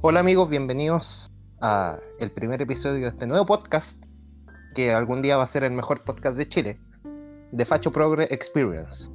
Hola amigos, bienvenidos a el primer episodio de este nuevo podcast que algún día va a ser el mejor podcast de Chile, The Facho Progre Experience.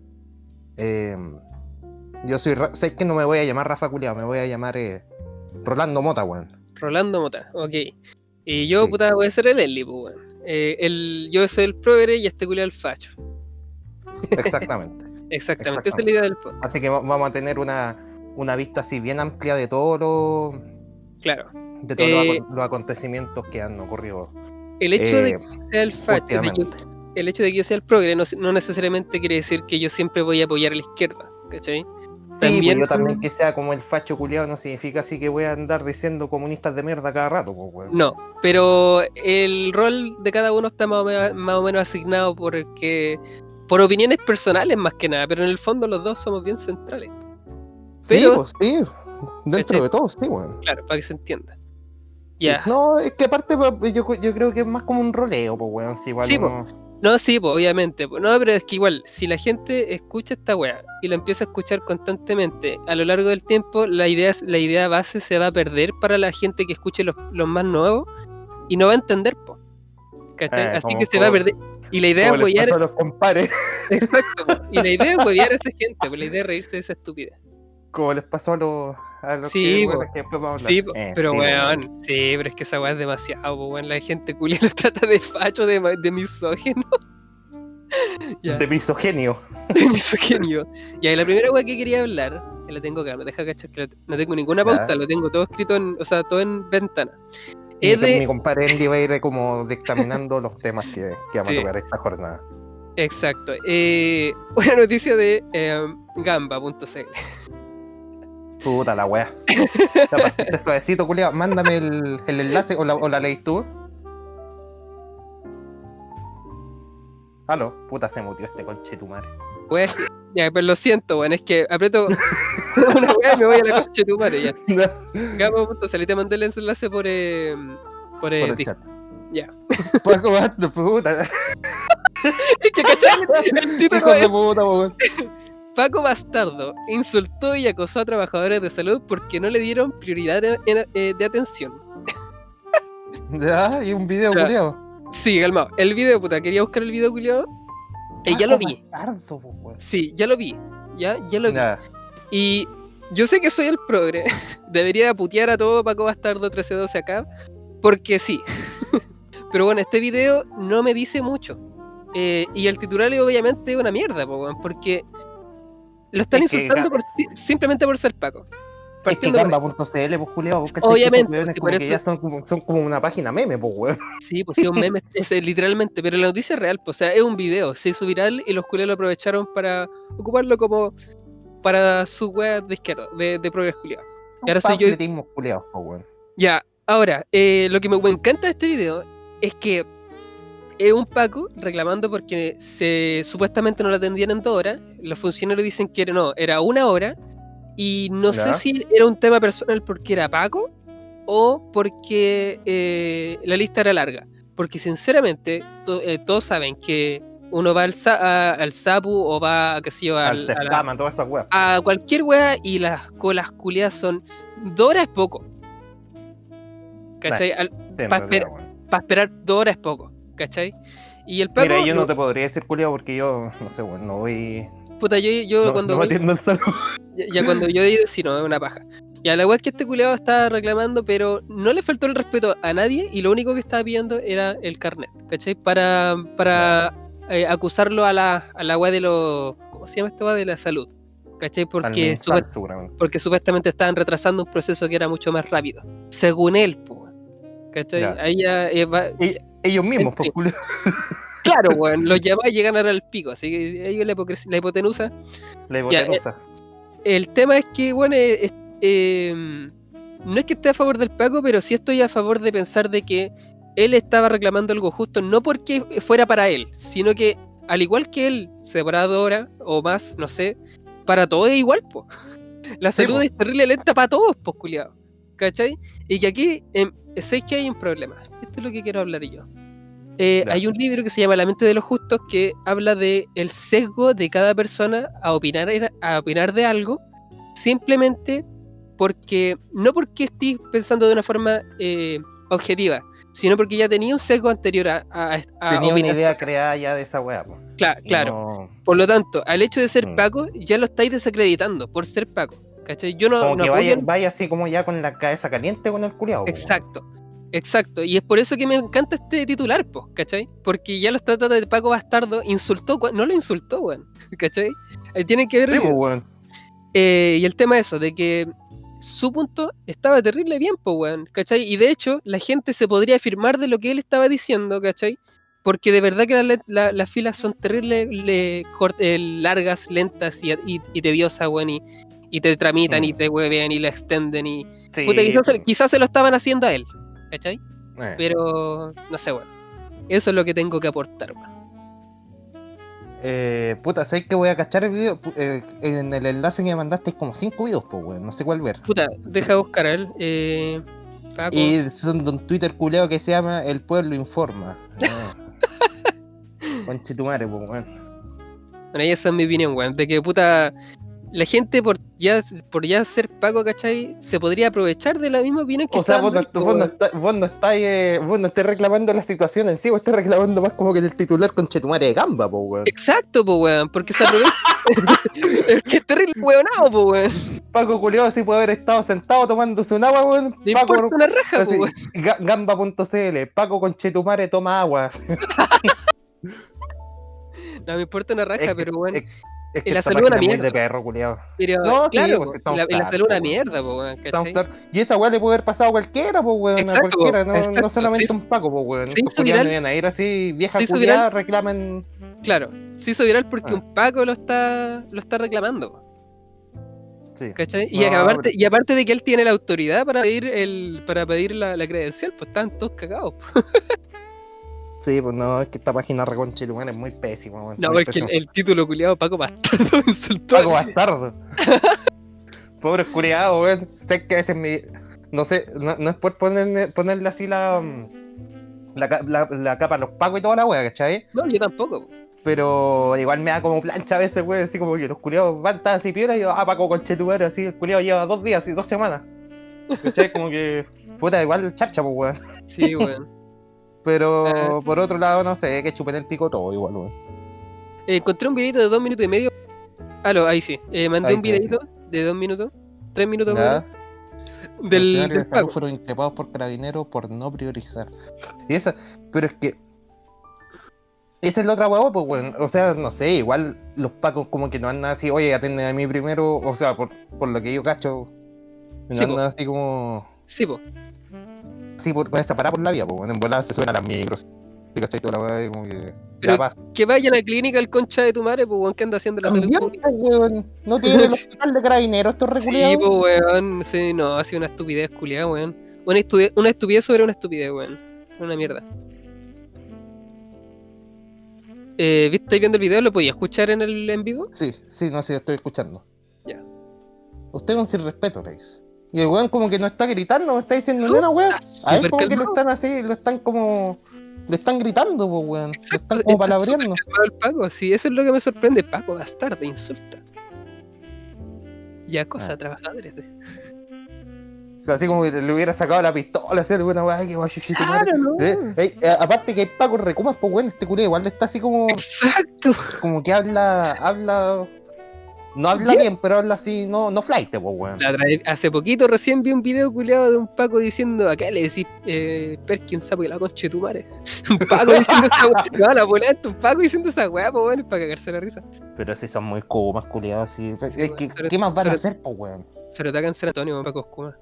Yo soy, sé que no me voy a llamar Rafa Culeado, me voy a llamar Rolando Mota, weón. Rolando Mota, ok. Y yo, Sí. puta, voy a ser el Eli, pues, weón. Yo soy el progre y este culiao el facho. Exactamente. Exactamente, esa es la idea del podcast. Así que vamos a tener una vista así bien amplia de todos Claro. los acontecimientos que han ocurrido. El hecho de que sea el facho, el hecho de que yo sea el progre no necesariamente quiere decir que yo siempre voy a apoyar a la izquierda, ¿cachai? Sí, también, pues yo también que sea como el facho culiado no significa así que voy a andar diciendo comunistas de mierda cada rato, pues, weón. No, pero el rol de cada uno está más o menos asignado por opiniones personales más que nada, pero en el fondo los dos somos bien centrales. Sí, pues sí, dentro ¿cachai? De todo, sí, weón. Claro, para que se entienda. Sí. Yeah. No, es que aparte yo creo que es más como un roleo, pues, weón. Si igual sí, uno... No, sí, pues, obviamente. No, pero es que igual, si la gente escucha esta weá y la empieza a escuchar constantemente a lo largo del tiempo, la idea base se va a perder para la gente que escuche los más nuevos y no va a entender, po. ¿Cachai? Así que se va a perder. Y la idea es huevear. Exacto, po. Y la idea es huevear a esa gente, pues la idea es reírse de esa estupidez. Como les pasó a los sí, que después vamos a hablar. Sí, pero weón, sí, pero es que esa weá es demasiado, weón. La gente culia los trata de facho, de misógeno. De misogenio. De misogenio. Ya, y la primera weá que quería hablar, que la tengo acá, me deja cachar que no tengo ninguna pauta, lo tengo todo escrito todo en ventana. Mi compadre Andy va a ir como dictaminando los temas que vamos a tocar esta jornada. Exacto. Una noticia de gamba.cl. Puta la weá. Este suavecito, culiao. Mándame el enlace o la leís tú. Aló, puta, se mutió este conchetumare. Ya, pero lo siento, weón, es que aprieto una weá y me voy a la conchetumare ya. Gamba.cl, te mandé el enlace por el chat. Ya. Paco Bastardo, puta. Es que cachai el título. Hijos de puta, weón. Paco Bastardo insultó y acosó a trabajadores de salud porque no le dieron prioridad de atención. Ya, y un video culiao. Sí, calmado. El video, puta, quería buscar el video culiao. Ya lo vi. Bastardo, weón. Sí, ya lo vi. Ya lo vi. Y yo sé que soy el progre. Debería putear a todo Paco Bastardo 1312 acá. Porque sí. Pero bueno, este video no me dice mucho. Y el titular obviamente es una mierda, porque lo están insultando simplemente por ser Paco. Es que Gamba.cl, pues culiao, obviamente, como que ya son como una página meme, pues weón. Sí, pues sí, un meme, es literalmente, pero la noticia es real, pues, o sea, es un video, se hizo viral y los culiados lo aprovecharon para ocuparlo como para sus weas de izquierda, de progres culiados. Y ahora soy yo. Culiados, pues weón. Ya, ahora, lo que me encanta de este video es que es un Paco reclamando porque supuestamente no lo atendían en 2 horas. Los funcionarios dicen que era 1 hora. Y no sé si era un tema personal porque era Paco o porque la lista era larga. Porque sinceramente todos saben que uno va al Sapu o va a cualquier wea y las colas culiadas son 2 horas es poco. ¿Cachai? Para esperar 2 horas es poco. ¿Cachai? Y el Paco, mira, yo no te podría decir culiao porque yo, no sé, bueno, no voy... Puta, yo cuando... No atiendo el salud. Ya cuando yo he ido, sí, no, es una paja. Ya, la weá es que este culiao estaba reclamando, pero no le faltó el respeto a nadie y lo único que estaba pidiendo era el carnet, ¿cachai? Para acusarlo a la weá de los... ¿Cómo se llama esta weá? De la salud, ¿cachai? Porque supuestamente estaban retrasando un proceso que era mucho más rápido. Según él, ¿cachai? Ahí ya... ellos mismos, por culo. Claro, weón, los llamados llegan ahora al pico, así que ellos la hipotenusa. La hipotenusa. El tema es que, bueno, no es que esté a favor del Paco, pero sí estoy a favor de pensar de que él estaba reclamando algo justo, no porque fuera para él, sino que al igual que él, separado ahora o más, no sé, para todos es igual, po. La salud es terrible lenta para todos, pues, culiado. ¿Cachai? Y que aquí, sé que hay un problema. Esto es lo que quiero hablar yo. Hay un libro que se llama La mente de los justos que habla de el sesgo de cada persona a opinar de algo simplemente porque no porque estés pensando de una forma objetiva, sino porque ya tenía un sesgo anterior a Tenía una opinar. idea creada ya de esa weá, po. Y Claro. no... Por lo tanto, al hecho de ser Mm. Paco, ya lo estáis desacreditando por ser Paco. ¿Cachai? Yo no Como que apoyo. vaya así como ya con la cabeza caliente con el culiao, po, weón. Exacto. Y es por eso que me encanta este titular, po, ¿cachai? Porque ya los trata de Paco Bastardo, insultó, no lo insultó, weón, ¿cachai? Tienen que ver el Sí, pues, video. weón. Y el tema es eso, de que su punto estaba terrible bien, po, weón, ¿cachai? Y de hecho, la gente se podría afirmar de lo que él estaba diciendo, ¿cachai? Porque de verdad que las filas son terribles, largas, lentas y tediosas, weón, y te tramitan y te huevean y la extenden y... Sí, Puta, pues. quizás se lo estaban haciendo a él, ¿cachai? Eh. Pero, no sé, weón. Eso es lo que tengo que aportar, weón. Puta, ¿sabes que voy a cachar el video? En el enlace que me mandaste hay como 5 videos, pues, weón. No sé cuál ver. Puta, deja buscar a él. Paco. Y son de un Twitter culeado que se llama El Pueblo Informa. Conche tu madre, pues, weón. Bueno, esa es mi opinión, weón. De que, puta, la gente por ya ser Paco, ¿cachai? Se podría aprovechar de la misma opinión que O sea, estaban dando, weón. vos no estás reclamando la situación en sí, vos estás reclamando más como que el titular conche tu madre de Gamba, pues, weón. Exacto, po, weón. Porque se aprovecha. Es que es terrible, weonado, po, weón. Paco culiao sí puede haber estado sentado tomándose un agua, weón. Le Paco, importa una raja, po, así, weón. Gamba.cl, Paco Conchetumare toma aguas. No me importa una raja, pero weón. Es que la esta salud es una página es muy mierda. de perro, culiao. Pero, No, claro, sí, pues po, estamos la claros, salud es una po, weón. mierda, po, weón, ¿cachai? Y esa weá le puede haber pasado a cualquiera, pues, weón. A Exacto, cualquiera, no exacto. solamente a un Paco, pues, weón. Se Estos hizo culiados no viral. iban a ir así, vieja Se hizo culiada, viral. reclamen. Claro, se hizo viral porque Ah. un Paco lo está reclamando. Sí. ¿Cachai? No, Y aparte de que él tiene la autoridad para pedir la credencial, pues estaban todos cagados. Sí, pues no, es que esta página reconche tu madre es muy pésima, weón. No, Muy porque pésima. el título culiado Paco Bastardo me insultó. Paco Bastardo. Pobre culiado, weón. Sé que a veces no sé, no es por ponerle así la capa a los Pacos y toda la wea, ¿cachai? No, yo tampoco. Pero igual me da como plancha a veces, weón, así como que los culiados van tan así piola y yo, Paco conchetumare, así el culiado lleva 2 días y 2 semanas. ¿Cachai? Como que puta, igual charcha, pues, weón. Sí, weón. Pero por otro lado, no sé, que chupen el pico todo igual, weón. Encontré un videito de 2 minutos y medio. Ahí sí. Mandé Ahí un sí, videito de 2 minutos. 3 minutos Ya. menos. Del de salud Paco. fueron increpados por carabineros por no priorizar. Y pero es que esa es la otra hueá, pues, weón. O sea, no sé, igual los pacos como que no andan así, oye, atienden a mí primero, o sea, por lo que yo cacho, no Sí, andan así como... Sí, po. Sí, con esa parada por la vía, pues, bueno, en volada se suben a las micros, ¿cachai? Toda la weá, y como que... Pero Ya pasa. que vaya a la clínica el concha de tu madre, pues, weón, que anda haciendo la salud También, pública. pues, weón, no tiene el hospital de carabineros estos Sí, reculeados. pues, weón. Sí, no, ha sido una estupidez, culiada, weón. Una estupidez sobre una estupidez, weón. Una mierda. ¿Estáis viendo el video? ¿Lo podía escuchar en vivo? Sí, no sé, estoy escuchando. Ya. Usted con sin respeto, le dice. Y el weón como que no está gritando, no está diciendo ni una weá. A él súper como que lo calmado. están así, lo están como... Le están gritando, pues, weón. Lo Exacto, están como está palabreando. súper calmado el Paco, sí, eso es lo que me sorprende. Paco bastardo, insulta. Y acosa a trabajadores. Así como que le hubiera sacado la pistola, así alguna weá, que guayuchito Claro, no. aparte que hay Paco Recumas, pues weón, este culé igual está así como... Exacto. Como que habla... No habla bien, pero habla así, no flight, pues weón. Hace poquito recién vi un video culiado de un Paco diciendo, acá le decís Perkin sapo y la concha de tu madre. Un Paco diciendo esa weá. No, la polenta, un Paco diciendo esa weá, pues bueno, para cagarse la risa. Pero si son muy cumas, culiados, así. Sí, Es que, ¿qué más van a hacer, pues weón? Se lo ataca en San Antonio, Paco Oscuma.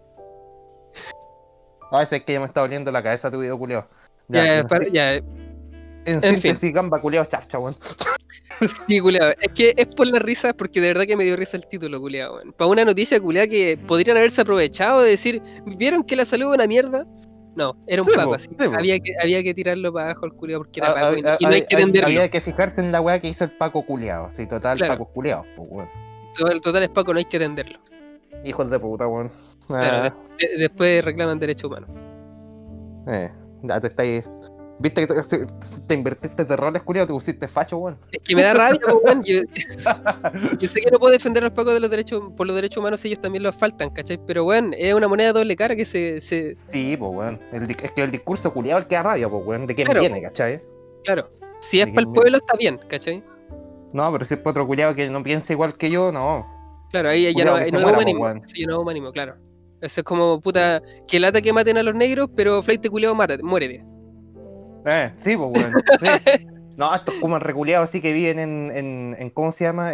A veces es que ya me está doliendo la cabeza tu video, culiado. Ya. En síntesis, Gamba, culiado, charcha, weón. Sí, culiado. Es que es por la risa, porque de verdad que me dio risa el título, culiado, weón. Para una noticia, culiada, que podrían haberse aprovechado de decir, ¿vieron que la salud es una mierda? No, era un Paco, así. Había que tirarlo para abajo el culiado porque era Paco y no hay que entenderlo. Había que fijarse en la weá que hizo el Paco culiado. Así, total, claro. Paco culiado, pues weón. Total es Paco, no hay que atenderlo. Hijos de puta, weón. Claro, después reclaman derechos humanos. Ya te estáis Viste que te invertiste de roles, culiao, te pusiste facho, weón. Es que me da rabia, pues, weón. Yo sé que no puedo defender a los pacos de los derechos, por los derechos humanos, ellos también los faltan, ¿cachai? Pero, weón, es una moneda de doble cara que se... Sí, pues, weón. Es que el discurso culiado el que da rabia, pues, weón. ¿De quién Claro, viene, cachai? claro. Si es ¿De para el quién viene? pueblo, está bien, ¿cachai? No, pero si es para otro culiado que no piensa igual que yo, no. Claro, ahí ya no, Culiado que ahí se no es muera, pues, humanismo. weón. Eso ya no es humanismo, claro. Eso es como, puta, que lata que maten a los negros, pero flight culiao muérete. Sí, pues, weón. Sí. No, estos como reculeados así que viven en ¿cómo se llama?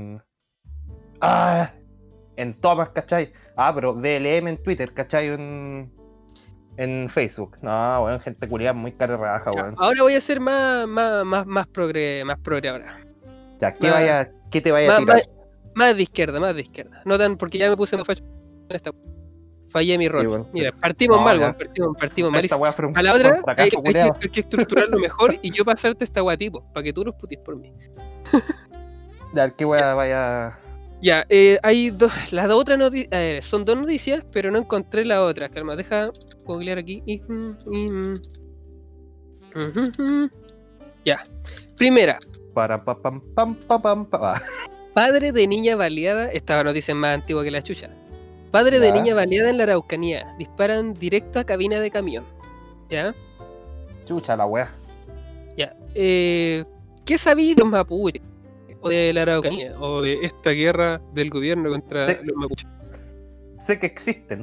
Ah, en Thomas, ¿cachai? Ah, pero DLM en Twitter, ¿cachai? En Facebook. No, weón, gente culiada muy cara raja, Ya, weón. ahora voy a ser más progre ahora. Ya, Más, ¿qué te vaya a más, tirar? más de izquierda, más de izquierda. No tan, porque ya me puse más facho en esta. Fallé mi Sí, rol. weón. Mira, partimos No, mal, weón, ya. partimos Esta malísimo. weá A la fue un otra, fracaso, culiado. hay que estructurarlo mejor y yo pasarte esta weá tipo, para que tú los putis por mí. Ya, ¿qué weá vaya? Ya, hay dos, las dos otras noticias, son dos noticias, pero no encontré la otra. Calma, deja googlear aquí. Ya, primera, Para pa pam pam pa pam pa. padre de niña baleada, esta noticia es más antigua que la chucha. Padre de Ya, niña baleada en la Araucanía, disparan directo a cabina de camión. ¿Ya? chucha la weá. Ya. ¿Qué sabéis de los mapuches? O de la Araucanía, o de esta guerra del gobierno contra Sé, los mapuches. sé que existen.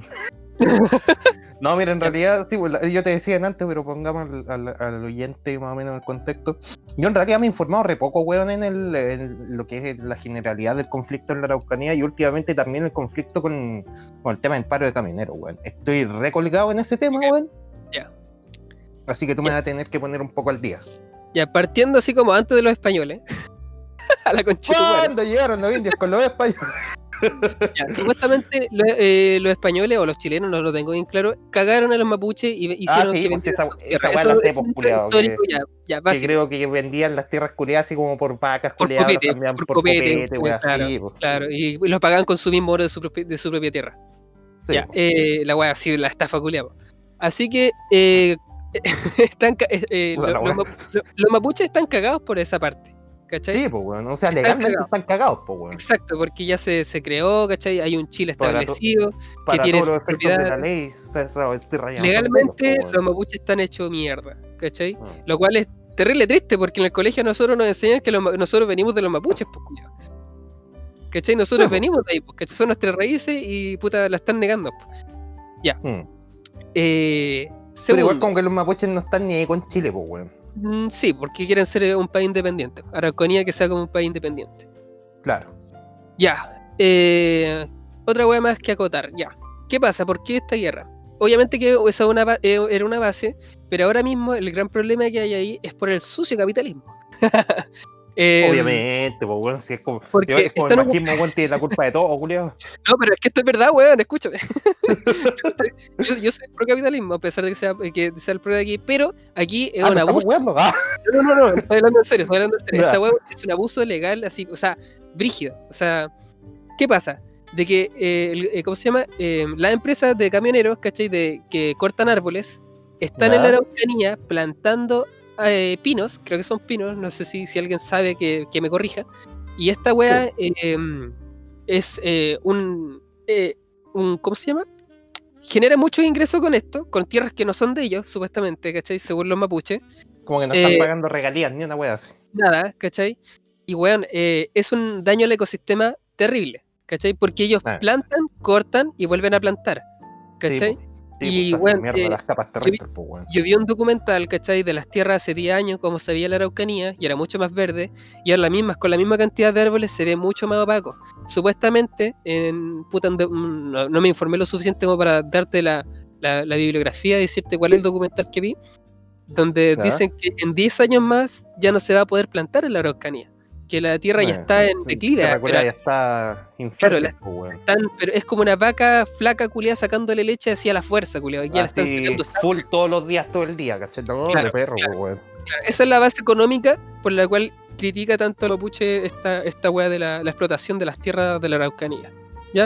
No, mira, en Ya. realidad, sí, pues, yo te decía antes, pero pongamos al oyente más o menos en el contexto. Yo en realidad me he informado re poco, weón, en lo que es la generalidad del conflicto en la Araucanía y últimamente también el conflicto con el tema del paro de camioneros, weón. Estoy recolgado en ese tema, weón. Ya. Así que tú me vas a tener que poner un poco al día. Ya, partiendo así como antes de los españoles, a la conchetumare. ¿Cuándo llegaron los indios con los españoles? Ya, supuestamente los españoles o los chilenos, no lo tengo bien claro, cagaron a los mapuches y Ah, hicieron sí, que pues vendieran sus esa tierras. weá Eso la sé, es pues, un hecho culiao, histórico ya que básico. creo que vendían las tierras culiadas así como por vacas Por culiadas, los copete, cambiaban por por copete, copete, weá, claro, así, pues. claro, y los pagaban con su mismo oro de su propia tierra. Sí, Ya, pues. la wea, sí, la estafa culiada. Así que están, Puta la weá. los mapuches están cagados por esa parte, ¿cachai? Sí, pues, weón. O sea, Están legalmente cagados. están cagados, pues, weón. Exacto, porque ya se creó, ¿cachai? Hay un Chile Para, establecido que para tiene todos sus los efectos de la propiedades. ley, esa tierra ya no son de ellos, Legalmente, pues, los weón. mapuches están hechos mierda, ¿cachai? Mm. Lo cual es terrible triste porque en el colegio a nosotros nos enseñan que nosotros venimos de los mapuches, pues, culiao. ¿Cachai? Nosotros Sí, pues. venimos de ahí, pues, ¿cachai? Son nuestras raíces y puta, la están negando, pues. Ya. Mm. Pero igual Segundo, como que los mapuches no están ni ahí con Chile, pues, weón. sí, porque quieren ser un país independiente. Araucanía que sea como un país independiente. Claro. Ya. Otra wea más que acotar. Ya. ¿Qué pasa? ¿Por qué esta guerra? Obviamente que esa era una base, pero ahora mismo el gran problema que hay ahí es por el sucio capitalismo. Obviamente, pues, weón, si Porque es como el machismo, weón, tiene la culpa de todo, culiao. No, pero es que esto es verdad, weón, escúchame. Yo soy pro capitalismo, a pesar de que sea el pro de aquí, pero aquí es Ah, un no estamos abuso. weando. Ah, No, estoy hablando en serio, estoy hablando en serio. Esta ya. weón es un abuso legal, así, o sea, brígido. O sea, ¿qué pasa? De que, ¿cómo se llama? Las empresas de camioneros, ¿cachai? Que cortan árboles, están en la Ya. Araucanía plantando pinos, creo que son pinos, no sé si alguien sabe que me corrija. Y esta weá es ¿cómo se llama? Genera muchos ingresos con esto, con tierras que no son de ellos, supuestamente, ¿cachai? Según los mapuches. Como que no están pagando regalías ni una wea así. Nada, ¿cachai? Y weón, es un daño al ecosistema terrible, ¿cachai? Porque ellos Ah, plantan, cortan y vuelven a plantar, sí, ¿cachai? pues. Sí, pues Y se hacen weón, mierda las capas yo vi, terrestres, pues, weón. yo vi un documental, ¿cachai? De las tierras hace 10 años, cómo se veía la Araucanía, y era mucho más verde, y ahora con la misma cantidad de árboles se ve mucho más opaco. Supuestamente, no me informé lo suficiente como para darte la bibliografía y decirte cuál es el documental que vi, donde Ya. dicen que en 10 años más ya no se va a poder plantar en la Araucanía, que la tierra ya está en Sí, declive, tierra pero culiada ya está claro, infértil, pues, weón. pero es como una vaca flaca culiada sacándole leche hacia la fuerza, culiada, ya le están Así, sacando full todos los días, todo el día, ¿cachai? No, claro, de perro, pues, weón. claro. Esa es la base económica por la cual critica tanto a los mapuches esta weá de la explotación de las tierras de la Araucanía, ¿ya?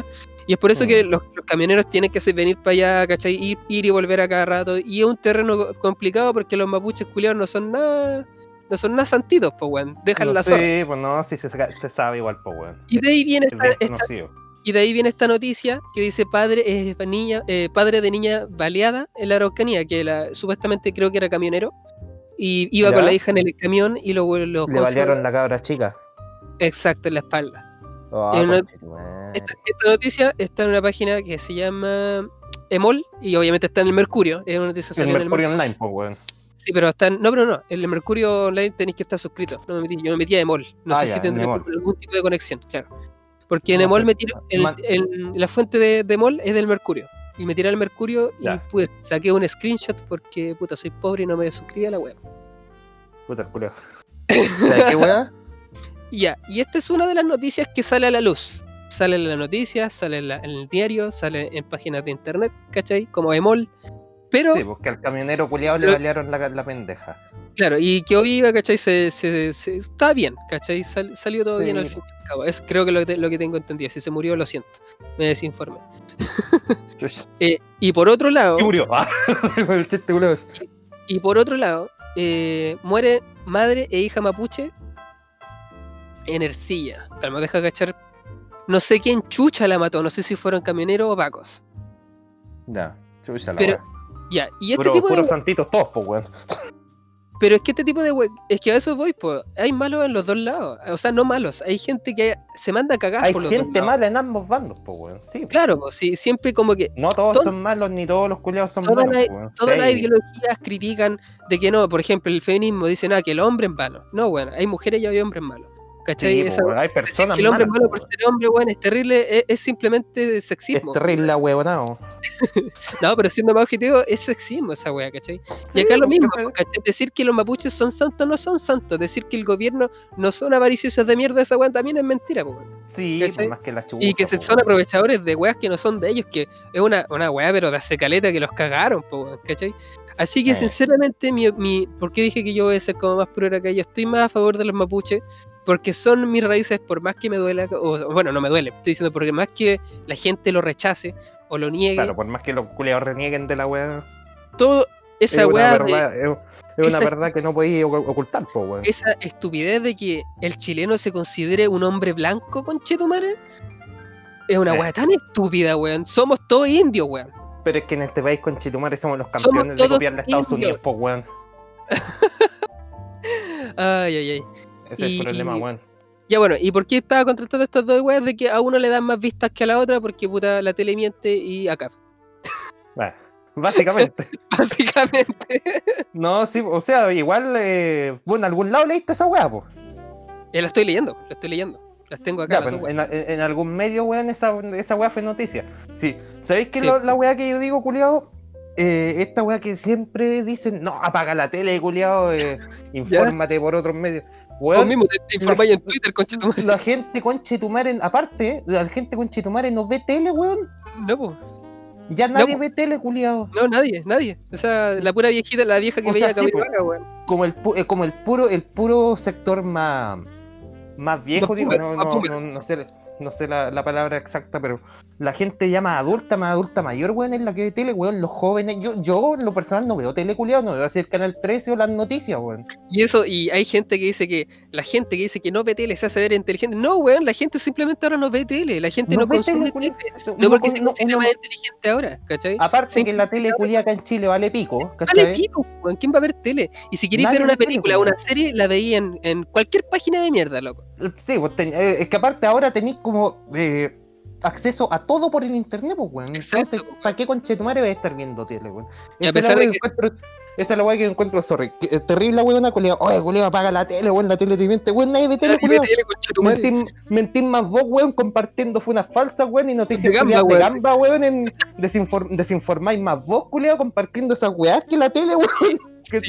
Y es por eso que los camioneros tienen que venir para allá, ¿cachai? Ir y volver a cada rato. Y es un terreno complicado porque los mapuches culiados no son nada santitos, pues, weón. Dejan No la zorra. sé, pues no, sí se sabe igual, pues, weón. Y de ahí viene Es bien conocido. y de ahí viene esta noticia que dice padre de niña baleada en la Araucanía, que supuestamente creo que era camionero. Y iba con ¿Ya? la hija en el camión y lo Le balearon la cabra chica. exacto en la espalda. Ah, Esta noticia está en una página que se llama Emol y obviamente está en el Mercurio. Es una noticia que el salió en el Mercurio Online, pues, weón. Sí, pero no. En el Mercurio Online tenéis que estar suscrito. Yo me metí a Emol. No sé si en tendré Emol. algún tipo de conexión, claro. Porque en No Emol sé. me tiro. La fuente de Emol es del Mercurio. Y me tiré al Mercurio y pues saqué un screenshot porque puta soy pobre y no me suscribí a la web. Puta el culo. ¿De qué weá? Ya, y esta es una de las noticias que sale a la luz. Sale en las noticias, sale en el diario, sale en páginas de internet, ¿cachai? Como Emol. Pero, sí, porque al camionero culiado le balearon la pendeja. claro, y que hoy iba, ¿cachai? Está bien, ¿cachai? Salió todo bien al fin y al cabo. Es creo que lo que tengo entendido. Si se murió, lo siento. Me desinformé. Y por otro lado... ¿Qué murió? El chiste culiao. Y por otro lado, muere madre e hija mapuche en Ercilla. Calma, deja cachar. No sé quién chucha la mató, no sé si fueron camioneros o vacos. Ya, chucha la Pero, weá. ya, y este tipo de... Puros santitos todos, pues, weón. Pero es que este tipo de es que a eso voy, pues. Hay malos en los dos lados. O sea, no malos. Hay gente que se manda a cagar Hay por los dos gente lados. mala en ambos bandos, pues, weón. Sí, pues. Claro, pues, sí, siempre como que... No todos son malos, ni todos los culiados son malos, weón. Todas las ideologías critican de que no, por ejemplo, el feminismo dice que el hombre es malo. No, bueno, hay mujeres y hay hombres malos. ¿Cachai? Sí, pues, hay personas que el hombre es malas, malo por ser hombre, bueno, es terrible, es simplemente sexismo. Es terrible, huevonao. No, pero siendo más objetivo, es sexismo esa wea, ¿cachai? Sí, y acá lo mismo, ¿cachai? ¿cachai? Decir que los mapuches son santos no son santos, decir que el gobierno no son avariciosos de mierda, esa wea también es mentira, po, sí, ¿cachai? más que la chucha. Y que son aprovechadores de weas que no son de ellos, que es una wea, pero de hace caleta que los cagaron, po, ¿cachai? Así que sinceramente, ¿por qué dije que yo voy a ser como más puro acá? Yo estoy más a favor de los mapuches, porque son mis raíces, por más que me duela, o bueno, no me duele, estoy diciendo porque más que la gente lo rechace o lo niegue. Claro, por más que los culiados renieguen de la wea. Todo esa wea. Es una verdad que no podéis ocultar, po, weón. Esa estupidez de que el chileno se considere un hombre blanco, conchetumare, es una wea tan estúpida, weón. Somos todos indios, weón. Pero es que en este país, conchetumare, somos los campeones de copiarle a Estados Unidos, po, weón. Ay. Ese es el problema, weón. Ya bueno, ¿y por qué estaba contratando estas dos weas de que a uno le dan más vistas que a la otra? Porque puta la tele miente y acá. Bueno, básicamente. Básicamente. No, sí, o sea, igual, bueno, en algún lado leíste esa wea, po. La estoy leyendo. Las tengo acá. Ya, pero en algún medio, weón, esa wea fue noticia. Sí, ¿sabéis qué la wea que yo digo, culiao? Esta wea que siempre dicen, no, apaga la tele, culiao, infórmate por otros medios. Weón, mismo te informáis en Twitter, conchetumare. La gente conchetumare, aparte, la gente conchetumare no ve tele, weón. No, pues. Ya nadie ve tele, culiao. No, nadie. O sea, la pura viejita, la vieja que veía Capitana, weón. Como el puro sector más viejo, digo, no sé la palabra exacta, pero la gente ya más adulta mayor, weón, es la que ve tele, weón, los jóvenes, yo en lo personal no veo tele, culiao, no veo así el Canal 13 o las noticias, weón. Y hay gente que dice que, la gente que dice que no ve tele se hace ver inteligente. No, weón, la gente simplemente ahora no ve tele, la gente no consume tele, no porque se considera más inteligente ahora, ¿cachai? Aparte que la tele culia acá en Chile vale pico, ¿cachai? Vale pico, weón, ¿quién va a ver tele? Y si queréis ver una película o una serie, la veí en cualquier página de mierda, loco. Sí, pues es que aparte ahora tenéis como acceso a todo por el internet, pues, weón. Entonces, ¿para qué conchetumare vais a estar viendo tele, weón? Esa es la weá que encuentro, sorry. Terrible, weón, una culiao. Oye, culiao, apaga la tele, weón, la tele te miente, weón, nadie ve tele, culiao. Mentís más vos, weón, compartiendo funas falsas, weón, y noticias culiadas de gamba, weón, desinformáis más vos, culiao, compartiendo esas weás que la tele, weón.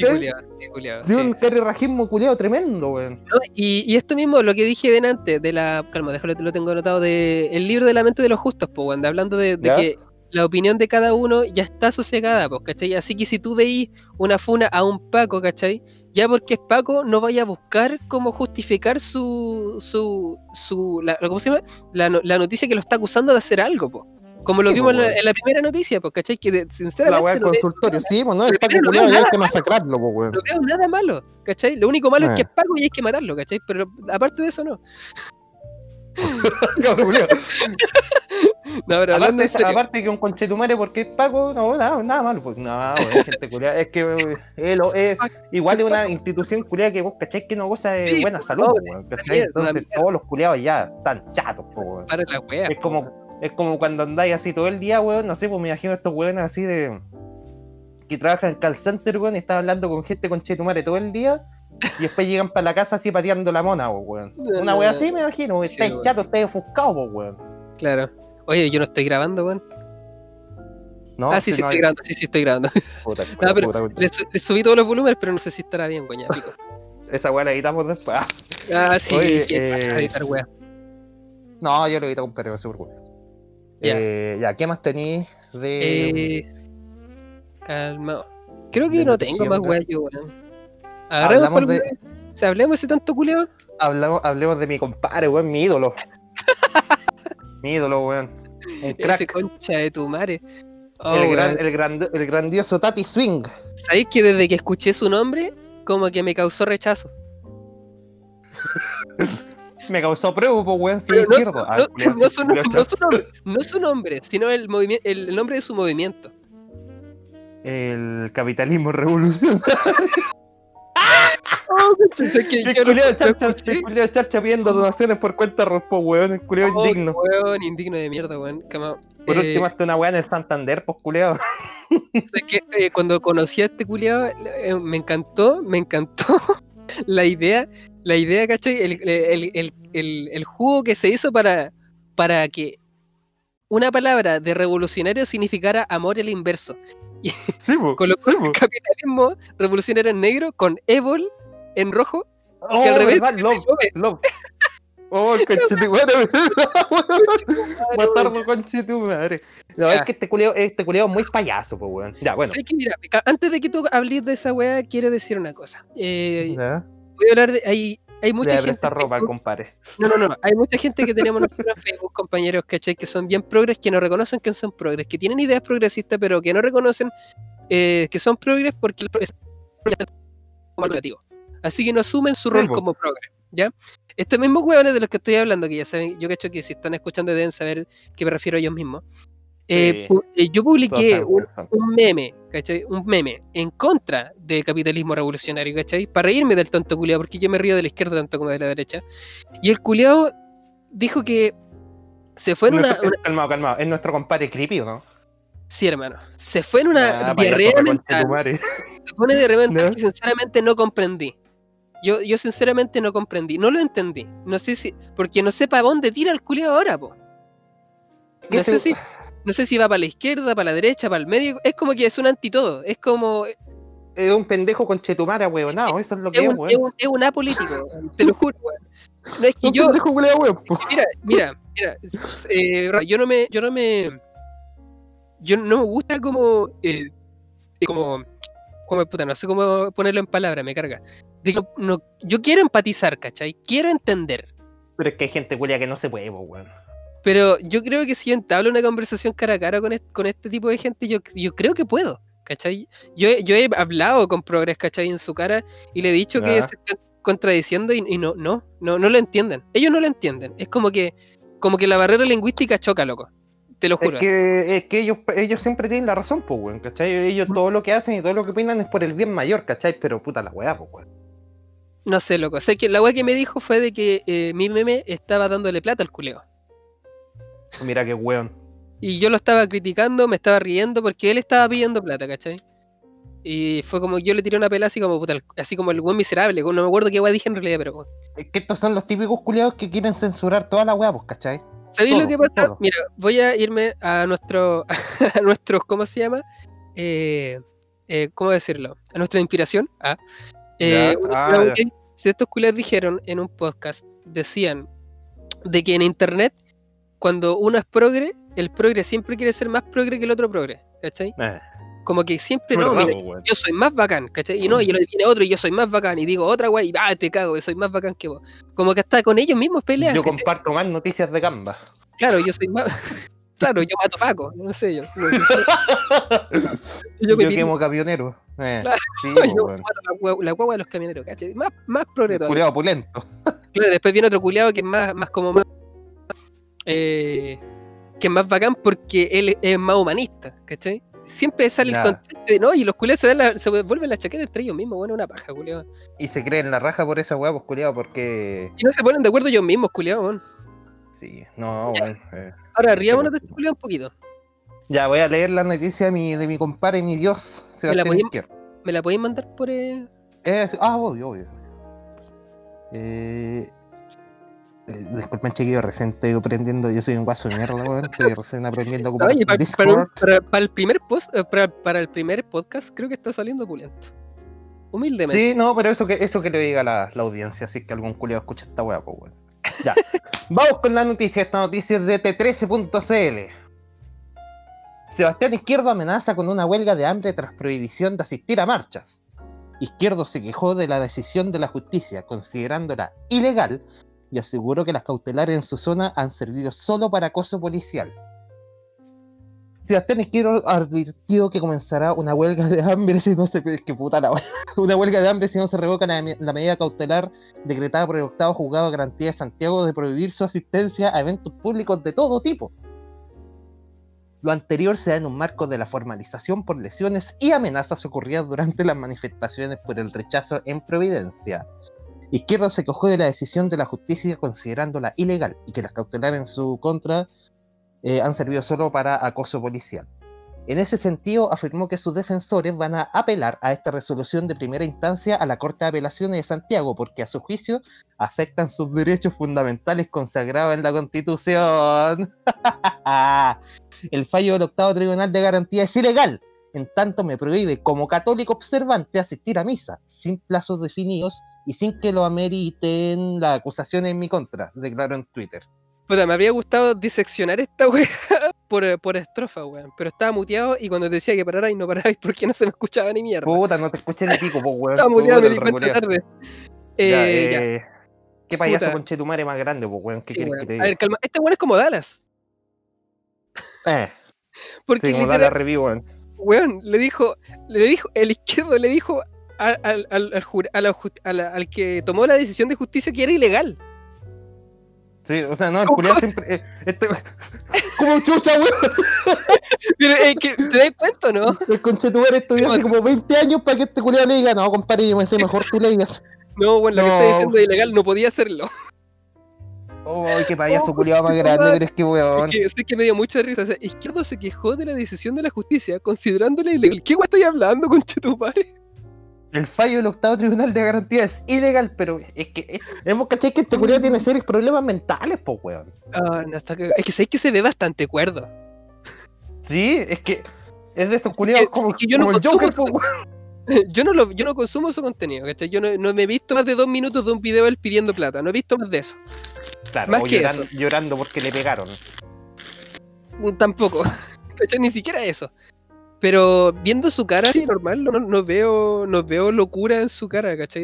Sí, un carerrajismo culiado tremendo, weón. ¿No? Y esto mismo, lo que dije delante, calma, déjalo, lo tengo anotado, el libro de la mente de los justos, pues, weón, hablando de que la opinión de cada uno ya está sosegada, pues, ¿cachai? Así que si tú veís una funa a un Paco, ¿cachai? Ya porque es Paco, no vaya a buscar cómo justificar ¿cómo se llama? La noticia que lo está acusando de hacer algo, pues. Como lo Sí, vimos pues, en la primera noticia, pues, ¿cachai? Que la sinceramente weá del consultorio, sí, pues no, el pero Paco primero no veo culiao ya hay nada, que masacrarlo, pues weón. no veo nada malo, ¿cachai? Lo único malo es que Eh. es Paco y hay que matarlo, ¿cachai? Pero aparte de eso, no. Cabrón culiao. No, pero hablando en serio, Aparte que un conchetumare porque es Paco, no, nada malo, pues nada, weón, gente culiada. Es que igual es una institución culiada que vos cacháis que no goza de sí, buena pues, salud, no, pues weón, una ¿cachai? mierda, una Entonces mierda, todos los culiados ya están chatos, pues weón. para la wea, Es como cuando andáis así todo el día, weón, no sé, pues me imagino estos weones así de que trabajan en call center, weón, y están hablando con gente con chetumare todo el día. Y después llegan para la casa así pateando la mona, pues, weón. no, Una no, wea no, así, me imagino, sí, estáis weón, chatos, estáis ofuscados, pues, weón. claro. Oye, yo no estoy grabando, weón. Ah, No, sí, si sí no estoy hay. grabando, sí, sí estoy grabando. Puta, No, pero puta. le subí todos los volúmenes, pero no sé si estará bien, coña, pico. Esa weá la editamos después. Ah, sí, Oye, que vas a editar, wea. no, yo lo edito con perreo, seguro. Ya. Ya, ¿qué más tenéis Eh, calmado. Creo de que no tengo más noticiones? weas yo, weón. Agarremos por Hablamos alguna de. vez. Si hablemos ese tanto culiao. Hablemos de mi compadre, weón, mi ídolo, weón. Un Ese crack. concha de tu madre. Oh, weón. El grandioso Tati Swing. ¿Sabéis que desde que escuché su nombre, como que me causó rechazo? Me causó prueba, pues, weón, si es Pero no, izquierdo. no, Culiao, no, su, culiao, no su nombre, no su nombre, sino el nombre de su movimiento. El capitalismo revolucionario. Oh, concha, o sea, que El yo culiao lo charcha, escuché. el culiao charcha pidiendo donaciones por cuenta Rospo, weón. El culiao Oh, qué indigno. weón, indigno de mierda, weón. Por último, hasta una weá en el Santander, pues, culiao. Sé que cuando conocí a este culiado, me encantó la idea, ¿cachai? El jugo que se hizo para que una palabra de revolucionario significara amor al inverso. Y Sí, pues, colocó sí, el pues. capitalismo revolucionario en negro con Evil en rojo, que al Oh, revés verdad, dice love, Love. love. Oh, el conchetumare, Madre, weón, Matardo conchetumare. No, es ya. que este culiao es muy payaso, pues, weón. Ya, bueno. Sé que mira, antes de que tú hables de esa weá, quiero decir una cosa. Ya. Voy a hablar de. Hay Le mucha voy a gente en prestar ropa al Facebook. compadre. No. Hay mucha gente que tenemos nosotros en Facebook, compañeros, ¿cachai? Que son bien progres, que no reconocen que son progres, que tienen ideas progresistas, pero que no reconocen que son progres porque el progres es como algo negativo. Así que no asumen su Sí, rol pues. como progres, ¿ya? Estos mismos hueones de los que estoy hablando, que ya saben, yo cacho que si están escuchando deben saber que me refiero a ellos mismos. Sí, Yo todos publiqué saben quiénes son. un meme, ¿cachai? Un meme en contra del capitalismo revolucionario, ¿cachai? Para reírme del tonto culiao, porque yo me río de la izquierda tanto como de la derecha. Y el culiao dijo que se fue en Calmado. Es nuestro compadre creepy, ¿o no? Sí, hermano. Se fue en una Ah, payaso diarrea mental. reconchetumare. Se fue en una diarrea mental ¿No? que sinceramente no comprendí. Yo sinceramente no comprendí. No lo entendí. No sé si... Porque no sé para dónde tira el culiao ahora, po. ¿Qué No sé se... si... No sé si va para la izquierda, para la derecha, para el medio. Es como que es un antitodo. Es como... Es un pendejo conchetumare, weón. No, eso es lo que es, weón. Es un apolítico, te lo juro, weón. No, es que Un pendejo culiao, weón. mira, yo no me gusta como puta, no sé cómo ponerlo en palabras, me carga. Digo, no, yo quiero empatizar, ¿cachai? Quiero entender. Pero es que hay gente culia que no se puede, weón. Pero yo creo que si yo entablo una conversación cara a cara con este tipo de gente, yo creo que puedo, ¿cachai? Yo he hablado con Progress, ¿cachai? En su cara y le he dicho que se están contradiciendo y no lo entienden. Ellos no lo entienden. Es como que la barrera lingüística choca, loco. Te lo juro. Es que ellos siempre tienen la razón, pues, weón, ¿cachai? Ellos todo lo que hacen y todo lo que opinan es por el bien mayor, ¿cachai? Pero puta la weá, pues, weón. No sé, loco. Sé que la weá que me dijo fue de que mi meme estaba dándole plata al culeo. Mira qué weón. Y yo lo estaba criticando, me estaba riendo porque él estaba pidiendo plata, ¿cachai? Y fue como yo le tiré una pela así como puta, así como el buen miserable. No me acuerdo qué weá dije en realidad, pero bueno. Es que estos son los típicos culiados que quieren censurar toda la weá, pues, ¿cachai? ¿Sabéis lo que pasa? Todo. Mira, voy a irme a nuestros, ¿cómo se llama? ¿Cómo decirlo? A nuestra inspiración. Ya, ya. Si estos culiados dijeron en un podcast, decían de que en internet, cuando uno es progre, el progre siempre quiere ser más progre que el otro progre, ¿cachai? Como que siempre no, verdad, mira, weón. yo soy más bacán, ¿cachai? Y no, y viene otro y yo soy más bacán, y digo otra wey, y te cago, yo soy más bacán que vos. Como que hasta con ellos mismos pelean, Yo ¿cachai? comparto más noticias de Canva. Claro, yo soy más. Claro, yo mato Paco, no sé yo. Yo me quemo camionero. Claro, Sí, yo weón. mato la guagua de los camioneros, ¿cachai? Más progre todavía. Culeado opulento. Claro, después viene otro culiado que es más como más. Que es más bacán porque él es más humanista, ¿cachai? Siempre sale el Ya. contraste de, ¿no? Y los culiados se vuelven la chaqueta entre ellos mismos, bueno, una paja, culiado. Y se creen la raja por esa weá, pues culiado, porque. Y no se ponen de acuerdo ellos mismos, culiado, bueno. Sí, no, weón. Ahora, riámonos de este culiado un poquito. Ya, voy a leer la noticia de mi compadre, mi dios, Sebastián Izquierdo. ¿Me la podéis mandar por...? Obvio. Disculpen, chiquillos, recién estoy aprendiendo. Yo soy un guaso de mierda, weón. Estoy recién aprendiendo a ocupar Oye, Discord. para el primer para el primer podcast, creo que está saliendo pulento. Humildemente. Sí, no, pero eso que le diga la audiencia, así que algún culiado escucha esta weá, pues weón. Ya. Vamos con la noticia. Esta noticia es de T13.cl. Sebastián Izquierdo amenaza con una huelga de hambre tras prohibición de asistir a marchas. Izquierdo se quejó de la decisión de la justicia, considerándola ilegal, y aseguró que las cautelares en su zona han servido solo para acoso policial. Sebastián Izquierdo advirtió que comenzará una huelga de hambre si no se... ¡Qué puta la una huelga de hambre si no se revoca la medida cautelar decretada por el octavo juzgado de garantía de Santiago de prohibir su asistencia a eventos públicos de todo tipo. Lo anterior se da en un marco de la formalización por lesiones y amenazas ocurridas durante las manifestaciones por el rechazo en Providencia. Izquierdo se quejó de la decisión de la justicia considerándola ilegal y que las cautelares en su contra han servido solo para acoso policial. En ese sentido, afirmó que sus defensores van a apelar a esta resolución de primera instancia a la Corte de Apelaciones de Santiago porque a su juicio afectan sus derechos fundamentales consagrados en la Constitución. El fallo del octavo Tribunal de Garantía es ilegal, en tanto me prohíbe como católico observante asistir a misa, sin plazos definidos y sin que lo ameriten las acusaciones en mi contra, declaró en Twitter. Puta, me habría gustado diseccionar esta wea por estrofa, weón. Pero estaba muteado y cuando te decía que pararais, no pararais porque no se me escuchaba ni mierda. Puta, no te escuché ni pico, po, weón. Estaba muteado, me di el cuenta reguleo. tarde. Ya. ¿Qué payaso Puta. conchetumare más grande, po, weón? ¿Qué Sí, quieres weón. que te A diga? ver, calma. Este weón es como Dallas. Porque Sí, como da literal, la review, weón. weón, el izquierdo le dijo al que tomó la decisión de justicia que era ilegal. Sí, o sea, no, el culiado siempre. Como chucha, weón. Pero que te das cuenta, ¿no? El conchetumare estudió hace como 20 años para que este culiado le diga, no, compadre, yo me sé mejor tú le digas. No, bueno, lo que está diciendo es ilegal, no podía hacerlo. Oh, qué payaso culiado más grande, pero es que weón. Es que me dio mucha risa. O sea, Izquierdo se quejó de la decisión de la justicia, considerándola ilegal. ¿Qué guay estáis hablando, conchetumare? El fallo del octavo tribunal de garantía es ilegal, pero es que hemos cachado que este culiado tiene serios problemas mentales, po, weón. Ah, no, es que sabéis que se ve bastante cuerdo. Sí, es que es de esos culiados como, que yo no como el consumo Joker, po, weón. yo no consumo su contenido, ¿cachai? Yo no me he visto más de 2 minutos de un video de él pidiendo plata. No he visto más de eso. Claro, más o que llorando porque le pegaron. Tampoco. ¿Cachai? Ni siquiera eso. Pero viendo su cara así normal, no veo locura en su cara, ¿cachai?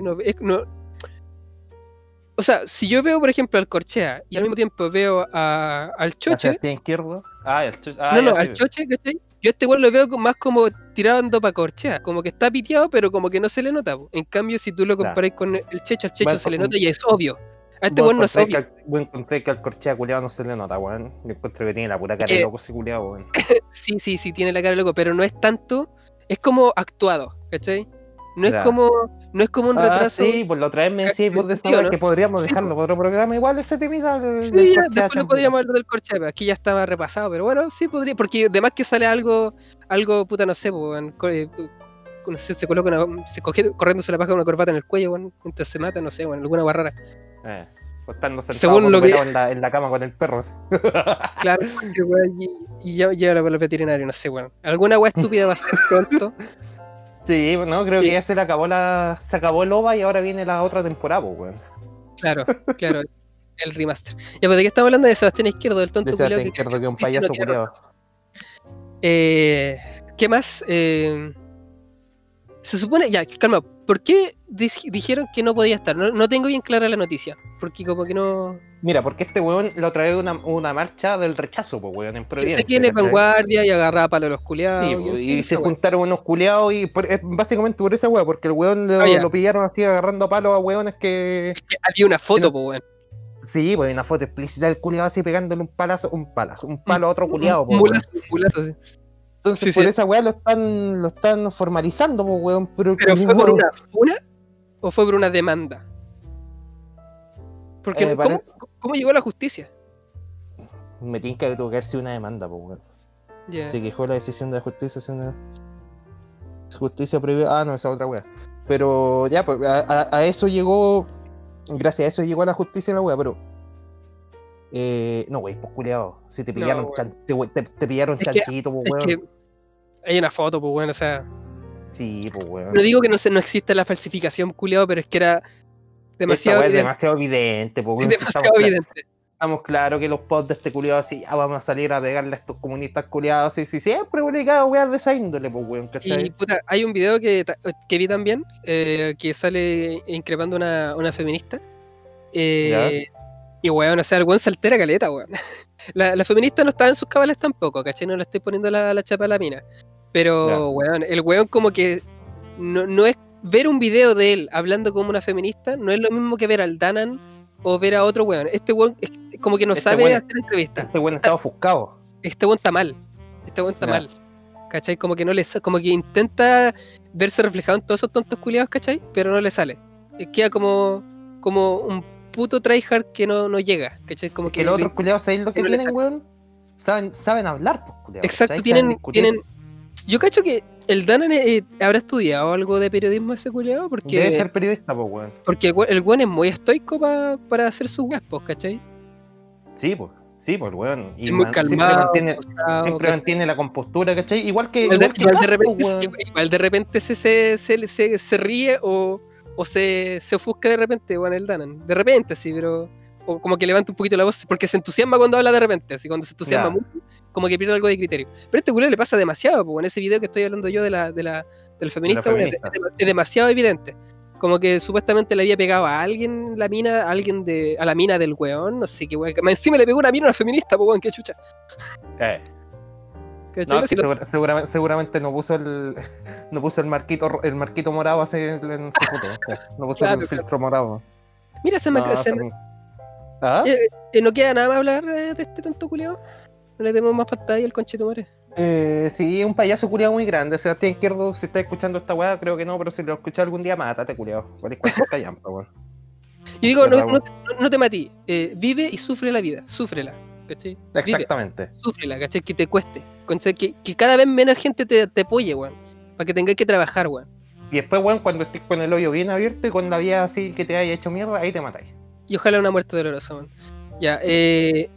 O sea, si yo veo, por ejemplo, al Corchea y al mismo tiempo veo al Choche. Sebastián Izquierdo. Al Choche, ¿cachai? Yo a este weón lo veo más como tirando para Corchea, como que está piteado, pero como que no se le nota. En cambio, si tú lo comparas con el Checho, al Checho Bueno, se le nota y es obvio. A este weón no es obvio. Encontré que al Corchea culiado no se le nota, weón. Yo encuentro que tiene la pura cara de loco ese culiado, weón. Sí, tiene la cara de loco, pero no es tanto, es como actuado, ¿cachai? No es como un retraso. Sí, pues la otra vez me decís vos de esa ¿no? que podríamos dejarlo para otro programa, igual ese temita sí, ya, después lo podríamos hablar del Corchea, pero aquí ya estaba repasado, pero bueno, sí podría, porque además que sale algo puta, no sé, no sé, se coloca se coge corriéndose la paja con una corbata en el cuello, bueno, mientras se mata, no sé, bueno, alguna guarrara. Estando sentado en la cama con el perro. Claro, y ya lleva para el veterinario, no sé, bueno. Alguna weá estúpida va a ser pronto. Sí, no, creo que ya se acabó el OVA y ahora viene la otra temporada, weón. Claro, el remaster. Ya, pues, ¿de qué estamos hablando? De Sebastián Izquierdo, del tonto culiado. De Sebastián Izquierdo, que es un payaso culiado. ¿Qué más? Se supone, ya, calma, ¿Por qué dijeron que no podía estar? No tengo bien clara la noticia, porque como que no... Mira, porque este weón lo trae una marcha del rechazo, pues weón, en Yo sé que Providencia, él es ¿cachai? vanguardia y agarraba palo a los Sí, culiados, yo po, entiendo y se esa weá. juntaron unos culiados y básicamente por esa weá, porque el weón Ah, ya, lo pillaron así agarrando a palos a weones que... es que había una que foto, no- pues weón. Sí, pues hay una foto explícita del culiado así pegándole un palo a otro culiado, pues weón. Un mulazo, sí. Entonces Sí, sí. por esa weá lo están formalizando, pues weón, pero el ¿Pero fue por culiado... una funa o fue por una demanda? Porque, ¿cómo llegó a la justicia? Me tinca que tuvo que haber sido una demanda, pues weón. Ya. Se quejó la decisión de la justicia, justicia prohibió. Ah, no, esa otra wea. Pero ya, pues a eso llegó. Gracias a eso llegó a la justicia la wea, pero. No, wey, pues culiado. Si te No, pillaron, weón. te pillaron Es que, chanchito, pues es que weón. hay una foto, pues weón, o sea... Sí, pues No weón. digo que no exista la falsificación, culiado, pero es que era Esta demasiado wea es evidente. demasiado evidente, pues Es weón. Si demasiado evidente. estamos claros que los posts de este culiado así, ya vamos a salir a pegarle a estos comunistas culiados, sí, sí, siempre publicado weas de esa índole, pues weón, Y ¿cachai? puta, hay un video que vi también, que sale increpando una feminista. Ya, Y weón, o sea, el weón se altera caleta, weón. La feminista no estaba en sus cabales tampoco, ¿cachai? No le estoy poniendo la chapa a la mina. ya. Pero, weón, el weón como que no es ver un video de él hablando como una feminista, no es lo mismo que ver al Danan o ver a otro weón. Este weón es como que no Este sabe weón, hacer entrevistas. este weón estaba ofuscado. Este weón está mal. Este weón está Ya. mal. ¿Cachai? Como que no le como que intenta verse reflejado en todos esos tontos culiados, ¿cachai? Pero no le sale. Queda como un puto tryhard que no llega, ¿cachai? Como Es que los otros culiados, ¿sabéis lo que que no le tienen, sale. weón? Saben hablar, pues, culiados, Exacto, ¿cachai? Saben discutir. yo cacho que el Danan habrá estudiado algo de periodismo ese culiado, Debe porque, ser periodista, pues, weón. porque el weón es muy estoico para hacer sus weas, pues, ¿cachai? Sí, pues, weón. Es muy calmado, pausado, siempre ¿cachai? mantiene la compostura, ¿cachai? Igual de, Igual que igual de Cast, pues, repente, weón. igual de repente se ríe o se ofusca de repente, weón, el Danan. De repente, sí, pero. O como que levanta un poquito la voz porque se entusiasma cuando habla de repente, así cuando se entusiasma Ya, mucho, como que pierde algo de criterio. Pero a este culo le pasa demasiado, pues en ese video que estoy hablando yo del de la feminista, weón, feminista. es demasiado evidente. Como que supuestamente le había pegado a alguien la mina, a la mina del weón, no sé qué weón. Más encima le pegó una mina a una feminista, pues weón, qué chucha. Eh. ¿Cachai? No, es No, que seguramente no puso no puso el marquito morado así en su foto. No puso claro, el claro. filtro morado. Mira, No, ¿Ah? no queda nada más hablar de este tonto culiao. No le demos más pantalla al conchetumare. Sí, es un payaso culiado muy grande. Sebastián Izquierdo, si estás escuchando esta weá, creo que no, pero si lo escuchas algún día, mátate, culiado. Vale, cualquier callampa, weón. Yo digo, ¿Verdad, weón? no te matí. Vive y sufre la vida. Súfrela. ¿Cachai? Vive, Exactamente. súfrela, ¿cachai? Que te cueste. ¿Cachai? Que cada vez menos gente te apoye, weón. Para que tengas que trabajar, weón. Y después, weón, cuando estés con el hoyo bien abierto y con la vía así que te haya hecho mierda, ahí te matáis. Y ojalá una muerte dolorosa, weón. Ya, Qué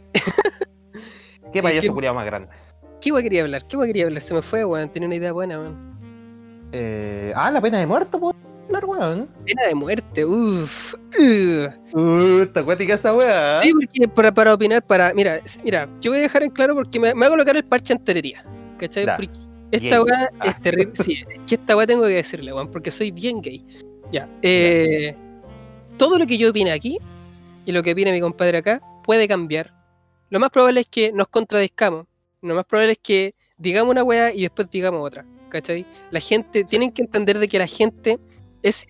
payaso ¿qué culiado más grande. weón quería hablar? ¿Qué weón quería hablar? Se me fue, weón. Tenía una idea buena, weón. La pena de muerto, puedo hablar, weón. Pena de muerte, uff. Está acuática esa weá. Sí, porque para opinar, mira, yo voy a dejar en claro porque me voy a colocar el parche en tenería, ¿cachai? Ya, Porque esta gay. weá es terrible, sí, es que esta weá tengo que decirle, weón, porque soy bien gay. Ya, todo lo que yo opine aquí y lo que opine mi compadre acá puede cambiar. Lo más probable es que nos contradizcamos, lo más probable es que digamos una weá y después digamos otra, ¿cachai? La gente, tienen que entender de que la gente es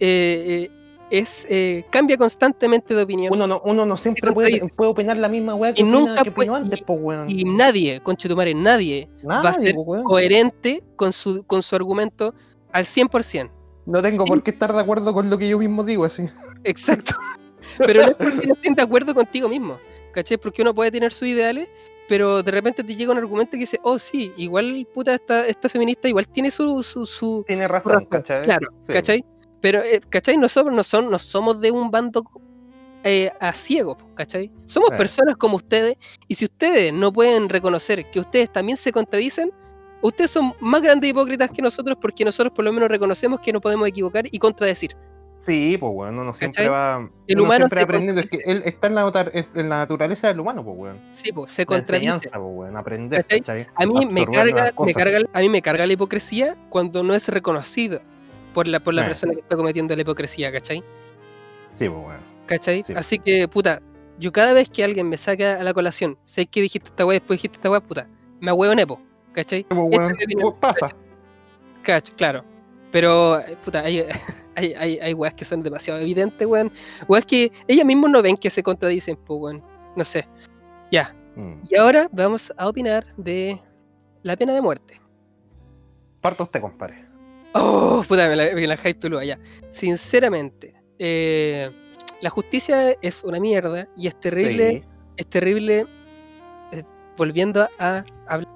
cambia constantemente de opinión. Uno no siempre puede opinar la misma weá Y nunca que opinó antes, pues weón. y nadie, conchetumare, nadie va a Nadie, ser pues weón. coherente con su argumento al 100%. No tengo Sí, por qué estar de acuerdo con lo que yo mismo digo, así. exacto. Pero no es porque no estén de acuerdo contigo mismo, ¿cachai? Porque uno puede tener sus ideales, pero de repente te llega un argumento que dice, oh sí, igual puta esta feminista igual tiene su Tiene razón, razón, ¿cachai? claro, Sí. ¿cachai? Pero, ¿cachai? Nosotros no somos de un bando a ciego, ¿cachai? Somos personas como ustedes, y si ustedes no pueden reconocer que ustedes también se contradicen, ustedes son más grandes hipócritas que nosotros, porque nosotros por lo menos reconocemos que nos podemos equivocar y contradecir. Sí, pues weón, uno siempre ¿Cachai? va. El Uno humano siempre se aprendiendo. Es que contradice. él está en la naturaleza del humano, pues weón. Sí, pues, se La contradice. enseñanza, pues weón. Aprender, ¿Cachai? ¿cachai? A mí Absorber nuevas cosas. a mí me carga la hipocresía cuando no es reconocida por la Eh, persona que está cometiendo la hipocresía, ¿cachai? sí, pues, weón. ¿Cachai? Sí. Así que, puta, yo cada vez que alguien me saca a la colación, sé que dijiste esta weá, después dijiste esta weá, puta, me huevo nepo, ¿cachai? Sí, pues, Esta es weón. mi opinión, Pasa. claro. Pero, puta, hay weas que son demasiado evidentes, weón. Weas que ellas mismos no ven que se contradicen, pues, weón. No sé. Ya. Mm. Y ahora vamos a opinar de la pena de muerte. Parta usted, compadre. Oh, puta, me la hype pelúa, ya. Sinceramente, la justicia es una mierda y es terrible, eh, volviendo a hablar.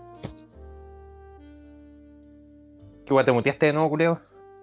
¿Qué weón te muteaste de nuevo, culeo?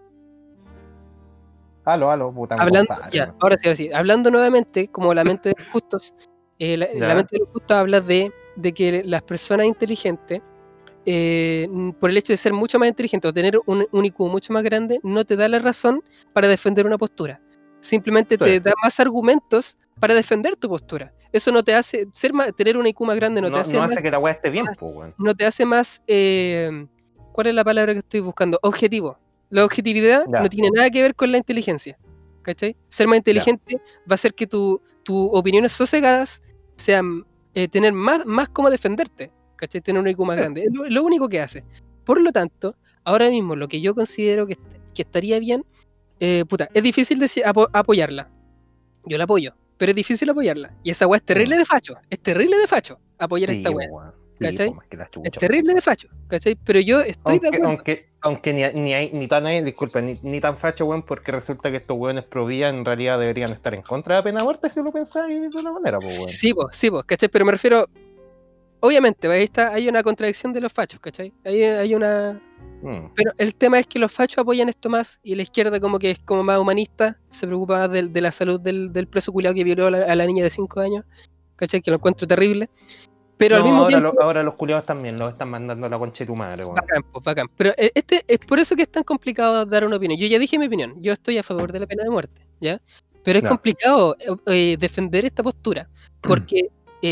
Aló, puta, mi Hablando, compadre, ya, weón. ahora sí, hablando nuevamente, como la mente de los justos, la Ya. mente de los justos habla de que las personas inteligentes, por el hecho de ser mucho más inteligentes o tener un IQ mucho más grande, no te da la razón para defender una postura. Simplemente Sí. te da más argumentos para defender tu postura. Eso no te hace tener un IQ más grande, no te No hace hace que la weá esté bien, pues, weón. no te hace más, ¿cuál es la palabra que estoy buscando? Objetivo. La objetividad no Ya, tiene nada que ver con la inteligencia, ¿cachai? Ser más ya. inteligente va a hacer que tus opiniones sosegadas sean tener más cómo defenderte, ¿cachai? Tener un IQ más Sí. grande. Es lo único que hace. Por lo tanto, ahora mismo lo que yo considero que estaría bien, puta, es difícil apoyarla. Yo la apoyo, pero es difícil apoyarla. Y esa weá es terrible Mm. de facho. Es terrible de facho apoyar esta Sí, weá, pues, weón. Sí, ¿cachai? pues, más que la Es chucha, pues, terrible de compadre. facho, ¿cachai? Pero yo estoy de acuerdo. Aunque ni tan disculpa, ni tan facho, weón, porque resulta que estos weones pro vida en realidad deberían estar en contra de la pena de muerte si lo pensáis de una manera, pues, weón. Sí, pues, ¿cachai? Pero me refiero, obviamente, ahí está, hay una contradicción de los fachos, ¿cachai? Hay una... Mm. Pero el tema es que los fachos apoyan esto más y la izquierda como que es como más humanista, se preocupa más de la salud del preso culiao que violó a la niña de 5 años, ¿cachai? Que lo encuentro terrible. Pero al No, mismo tiempo, ahora los culiados también los están mandando a la concha de tu madre, weón. bacán, pues, bacán. Pero es por eso que es tan complicado dar una opinión. Yo ya dije mi opinión, yo estoy a favor de la pena de muerte, ¿ya? Pero es Ya. complicado defender esta postura, porque,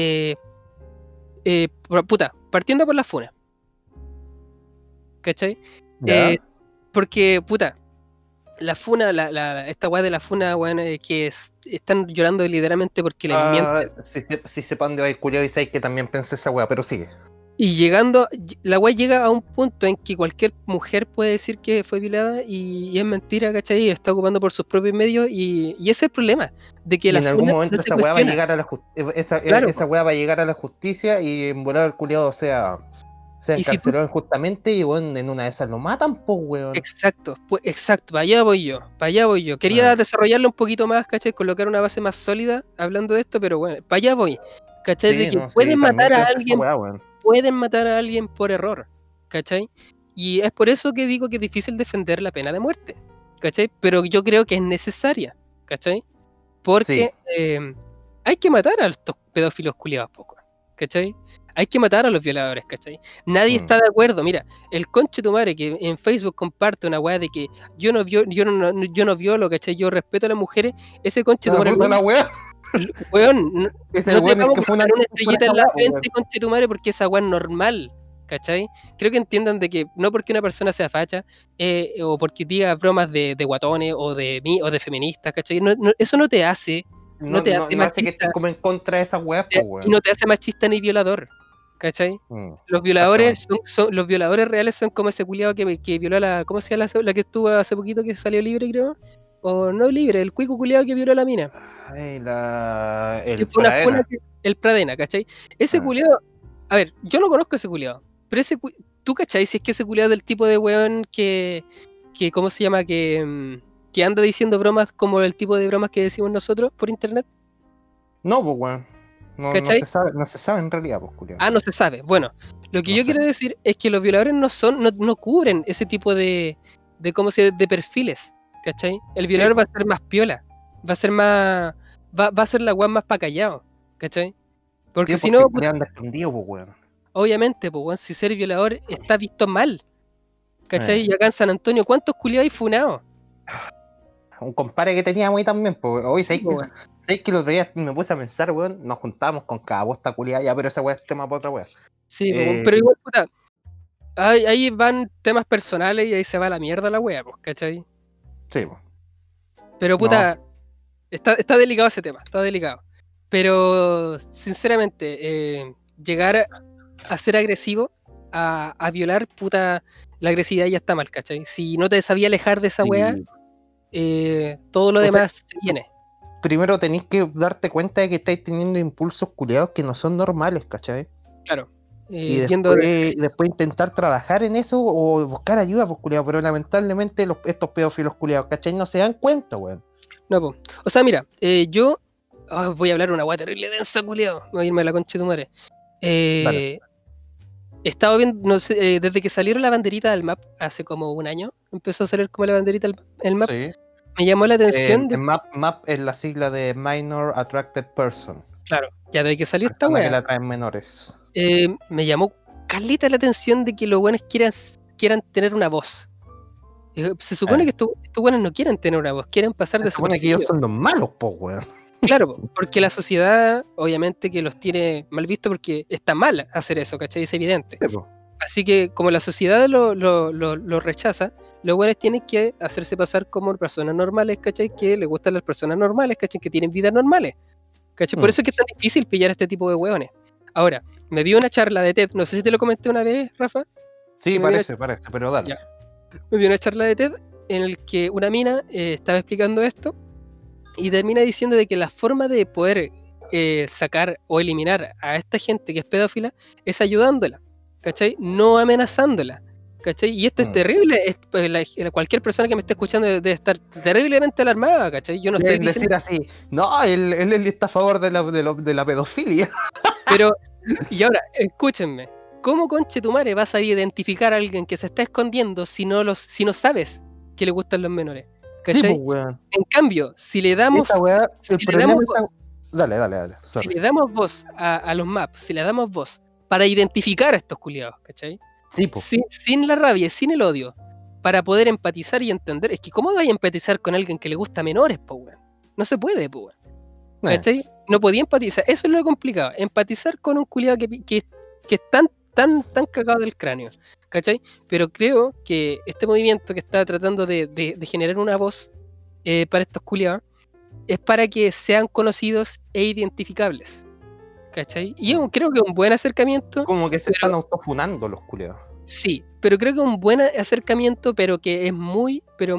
puta, partiendo por la funa, ¿cachai? Eh, ¿Ya? porque, puta, la funa, esta weá de la funa, weón, están llorando literalmente porque les mienten. Si sepan de ir culiado y sabéis que también pensé esa weá, pero sigue. Y la weá llega a un punto en que cualquier mujer puede decir que fue violada y es mentira, ¿cachai? Y está ocupando por sus propios medios y ese es el problema, de que Y la en algún funa no momento se esa weá va a cuestiona. llegar a la Claro, esa weá va a llegar a la justicia y en volar el culiado sea y si tú, encarcelado injustamente y weón, en una de esas lo matan, pues weón. exacto, pues exacto, para allá voy yo, para allá voy yo. Quería Ah, desarrollarlo un poquito más, ¿cachai? Colocar una base más sólida hablando de esto, pero bueno, para allá voy, ¿cachai? De sí, que no, sí, también pensé esa weá, weón. pueden matar a alguien por error, ¿cachai? Y es por eso que digo que es difícil defender la pena de muerte, ¿cachai? Pero yo creo que es necesaria, ¿cachai? Sí. Porque hay que matar a estos pedófilos culiados poco, ¿cachai? Hay que matar a los violadores, ¿cachai? Nadie Mm. está de acuerdo. Mira, el conche tu madre que en Facebook comparte una weá de que yo no violo, ¿cachai? Yo respeto a las mujeres. Ese conche tu La madre fruta de la weá. weón, Ese no te weón es vamos que a fue una poner una por estrellita esa en la weá, pues, weón. frente, conche tu madre, porque esa weá es normal, ¿cachai? Creo que entiendan de que no porque una persona sea facha, o porque diga bromas de guatones, o de feministas, ¿cachai? Eso no te hace No hace que estés machista, como en contra de esas weas, pues y weón. no te hace machista ni violador, ¿cachai? Exactamente. Los violadores reales son como ese culiado que violó a ¿cómo se llama la que estuvo hace poquito que salió libre, creo? O no libre, el cuico culiado que violó a la mina. Ay, Que el fue una funa Pradena. el Pradena, ¿cachai? Ese Ah. culiado, a ver, yo no conozco a ese culiado, pero ¿tú cachai? Si es que ese culiado es del tipo de weón ¿cómo se llama? Que anda diciendo bromas como el tipo de bromas que decimos nosotros por internet, No, pues weón. ¿cachai? No se sabe en realidad, pues culiao. Ah, no se sabe. Bueno, lo que No yo sé. quiero decir es que los violadores no cubren ese tipo de perfiles, ¿cachai? El Sí, violador va pues. a ser más piola, va a ser más, va a ser la weá más pa' callado, ¿cachai? Sí, Porque si porque no, el culiao anda escondido, pues weón. obviamente, pues, weón, si ser violador está visto mal, Eh. ¿cachai? Y acá en San Antonio, ¿cuántos culiados hay funados? Un compadre que teníamos ahí también, pues. Hoy, Sí, pues, weón. ¿sabes que el otro día me puse a pensar, weón? Nos juntábamos con cada bosta culiada, ya, pero esa weá es tema para otra weá. Sí, pues, weón. Eh, Pero igual, puta, ahí van temas personales y ahí se va a la mierda la wea, pues, ¿cachai? Sí, po. Pero No. puta, está delicado ese tema, está delicado. Pero, sinceramente, llegar a ser agresivo, a violar, puta, la agresividad ya está mal, ¿cachai? Si no te sabía alejar de esa weá, Sí. todo lo O sea, demás se viene. primero tenéis que darte cuenta de que estáis teniendo impulsos culiados que no son normales, ¿cachai? Claro. Y Viendo después intentar trabajar en eso o buscar ayuda, pues, culiado. Pero lamentablemente estos pedófilos culiados, ¿cachai? No se dan cuenta, weón. No, po. O sea, mira, yo voy a hablar una weá terrible densa, culiao. Voy a irme a la concha de tu madre. Dale. He estado viendo, no sé, desde que salieron la banderita del map hace como un año, empezó a salir como la banderita el map. Sí. Me llamó la atención de, En MAP es la sigla de Minor Attracted Person. claro, ya desde que salió esta Persona que weá, la traen menores. me llamó caleta la atención de que los buenos quieran tener una voz. Se supone que estos buenos no quieren tener una voz, quieren pasar Se supone que ellos desapercibidos. son los malos, po, weón. Claro, po, porque la sociedad obviamente que los tiene mal visto porque está mal hacer eso, ¿cachai? Es evidente. Sí, po. Así que como la sociedad lo rechaza, los buenos tienen que hacerse pasar como personas normales, ¿cachai? Que les gustan las personas normales, ¿cachai? Que tienen vidas normales, ¿cachai? Por eso es que es tan difícil pillar a este tipo de hueones. Ahora, me vi una charla de TED, no sé si te lo comenté una vez, Rafa. Sí, Me vi parece, pero dale. Ya. Me vi una charla de TED en el que una mina estaba explicando esto y termina diciendo de que la forma de poder sacar o eliminar a esta gente que es pedófila es ayudándola, ¿cachai? No amenazándola, ¿cachai? Y esto es terrible, cualquier persona que me esté escuchando debe estar terriblemente alarmada, ¿cachai? Yo no estoy Deben diciendo, decir así, no, él está a favor de la pedofilia. pero, y ahora, escúchenme, ¿cómo conche tu madre vas a identificar a alguien que se está escondiendo si no sabes que le gustan los menores? Sí, pues, ¿Cachai? weón. En cambio, si le Esa damos, weá, si el le damos problema voz, está. Dale, si sorry. le damos voz a los maps, si le damos voz para identificar a estos culiados, ¿cachai? Sí, pues. Sin la rabia, sin el odio, para poder empatizar y entender. Es que, ¿cómo vais a empatizar con alguien que le gusta menores, po, weón? No se puede, po, weón. ¿Cachai? No podía empatizar. Eso es lo complicado. Empatizar con un culiado que es tan cagado del cráneo, ¿cachai? Pero creo que este movimiento que está tratando de generar una voz para estos culiados es para que sean conocidos e identificables, ¿cachai? Y yo creo que un buen acercamiento, Como que se pero están autofunando los culiados. sí, pero creo que un buen acercamiento, pero que es muy, pero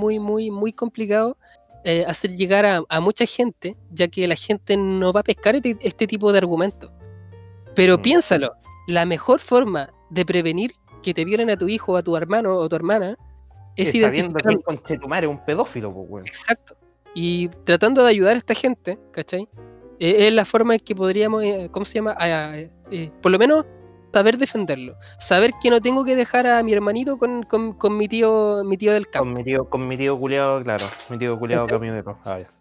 muy complicado hacer llegar a mucha gente, ya que la gente no va a pescar este tipo de argumentos. Pero piénsalo, la mejor forma de prevenir que te violen a tu hijo, o a tu hermano o tu hermana es Sabiendo que identificar. el conchetumare es un pedófilo, pues, weón. Exacto. Y tratando de ayudar a esta gente, ¿cachai? Es la forma en que podríamos, ¿cómo se llama? Por lo menos saber defenderlo. Saber que no tengo que dejar a mi hermanito con mi tío del campo. Con mi tío culiado, claro. Mi tío culiado ¿Cachai? camionero. Ah, ya.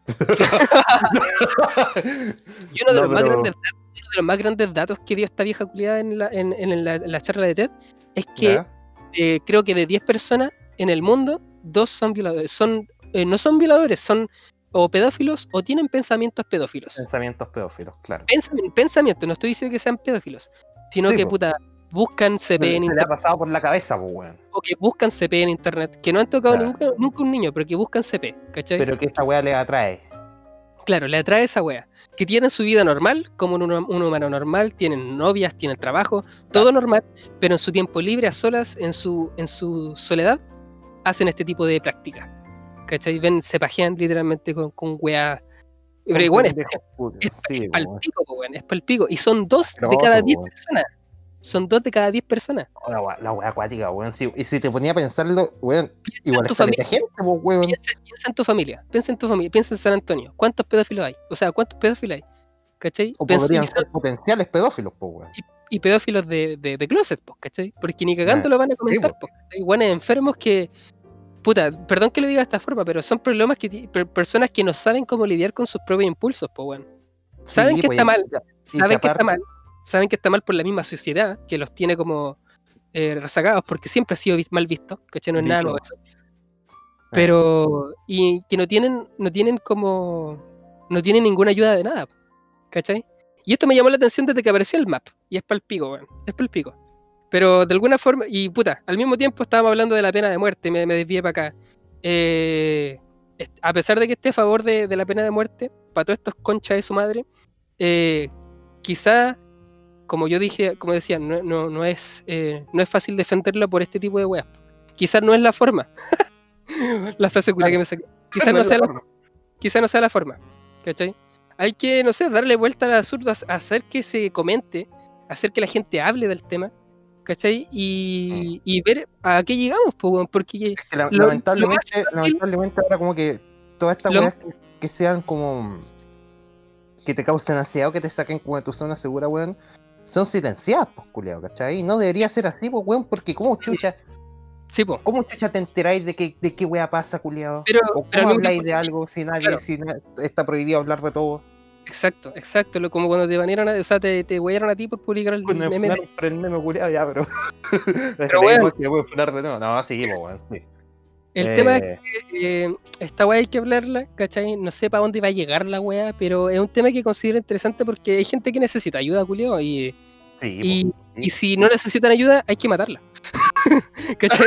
Y uno de No, los pero. más grandes datos que dio esta vieja culiada en la charla de TED es que ¿Ya? creo que de 10 personas en el mundo, 2 son violadores. No son violadores, son o pedófilos o tienen pensamientos pedófilos. Pensamientos pedófilos, claro. Pensamiento, no estoy diciendo que sean pedófilos, sino Sí, que po. puta, buscan CP en Se le ha internet, pasado por la cabeza, pues, weón. o que buscan CP en internet, que no han tocado Claro. nunca un niño, pero que buscan CP, ¿cachai? Pero que esta weá le atrae. Claro, le atrae esa wea. Que tienen su vida normal, como un humano normal, tienen novias, tienen trabajo, todo normal, pero en su tiempo libre, a solas, en su soledad, hacen este tipo de prácticas. ¿Cachai? Se pajean literalmente con weas. Pero igual Sí, palpico, po, weón, es palpico. Y son 2 de asqueroso, cada 10 weón. personas. Son 2 de cada 10 personas. La weá acuática, weón. Sí, y si te ponía a pensarlo, weón, Piensa igual en tu es caleta familia. de gente, pues, weón. Piensa en tu familia. Piensa en tu familia. Piensa en San Antonio. ¿Cuántos pedófilos hay? O sea, ¿cuántos pedófilos hay? ¿Cachai? O podrían ser potenciales pedófilos, pues, weón. Y pedófilos de closet, pues, ¿cachai? Porque ni cagando Eh, lo van a sí, comentar, po. pues, ¿cachai? Guanes enfermos que, puta, perdón que lo diga de esta forma, pero son problemas personas que no saben cómo lidiar con sus propios impulsos, pues, bueno. Saben Sí, que pues, está mal, y que aparte, saben que está mal por la misma sociedad, que los tiene como rezagados, porque siempre ha sido mal visto, ¿cachai? No es nada nuevo eso. Pero, y que no tienen ninguna ayuda de nada, ¿cachai? Y esto me llamó la atención desde que apareció el map, y es palpico, weón, es palpico. Pero de alguna forma, y puta, al mismo tiempo estábamos hablando de la pena de muerte, me desvié para acá. a pesar de que esté a favor de la pena de muerte, para todos estos conchas de su madre, quizá, como yo dije, como decía, no es fácil defenderlo por este tipo de weas. Quizás no es la forma. La frase culia que me saqué. Quizás No no es la sea forma. quizá no sea la forma, ¿cachai? Hay que, no sé, darle vuelta al absurdo, hacer que se comente, hacer que la gente hable del tema, ¿cachai? Y ver a qué llegamos, pues, weón, porque Es que lo más fácil, lamentablemente ahora como que todas estas lo, weas que sean como que te causen ansiedad o que te saquen como de tu zona segura, weón, son silenciadas, pues, culiao, ¿cachai? No debería ser así, pues, weón, porque sí, pues, ¿cómo chucha te enteráis de qué wea pasa, culiao? ¿O pero cómo al mismo habláis tiempo, de algo si claro, está prohibido hablar de todo? exacto, como cuando te banearon, o sea, te huearon a ti por publicar el Cuando me meme funaron por el meme, culiao, ya, pero pero déjate ahí, weón, weón, que me pueden funar de nuevo. No, sí, pues, weón, sí. el tema es Eh, que esta weá hay que hablarla, ¿cachai? No sé para dónde va a llegar la weá, pero es un tema que considero interesante porque hay gente que necesita ayuda, culiao, sí, pues, y, sí, y pues. si no necesitan ayuda, hay que matarla. ¿Cachai?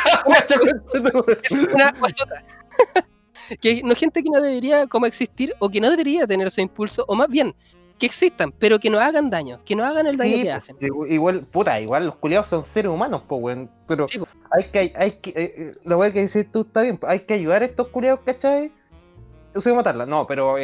Es una guasota. Que no, gente que no debería como existir o que no debería tener ese impulso, o más bien, que existan, pero que no hagan daño, que no hagan el daño Sí, que pues, hacen. sí, igual, puta, igual los culiados son seres humanos, pues, weón. Pero Sí, po, la weá que dices tú está bien, hay que ayudar a estos culiados, ¿cachai? Yo soy matarla, no, pero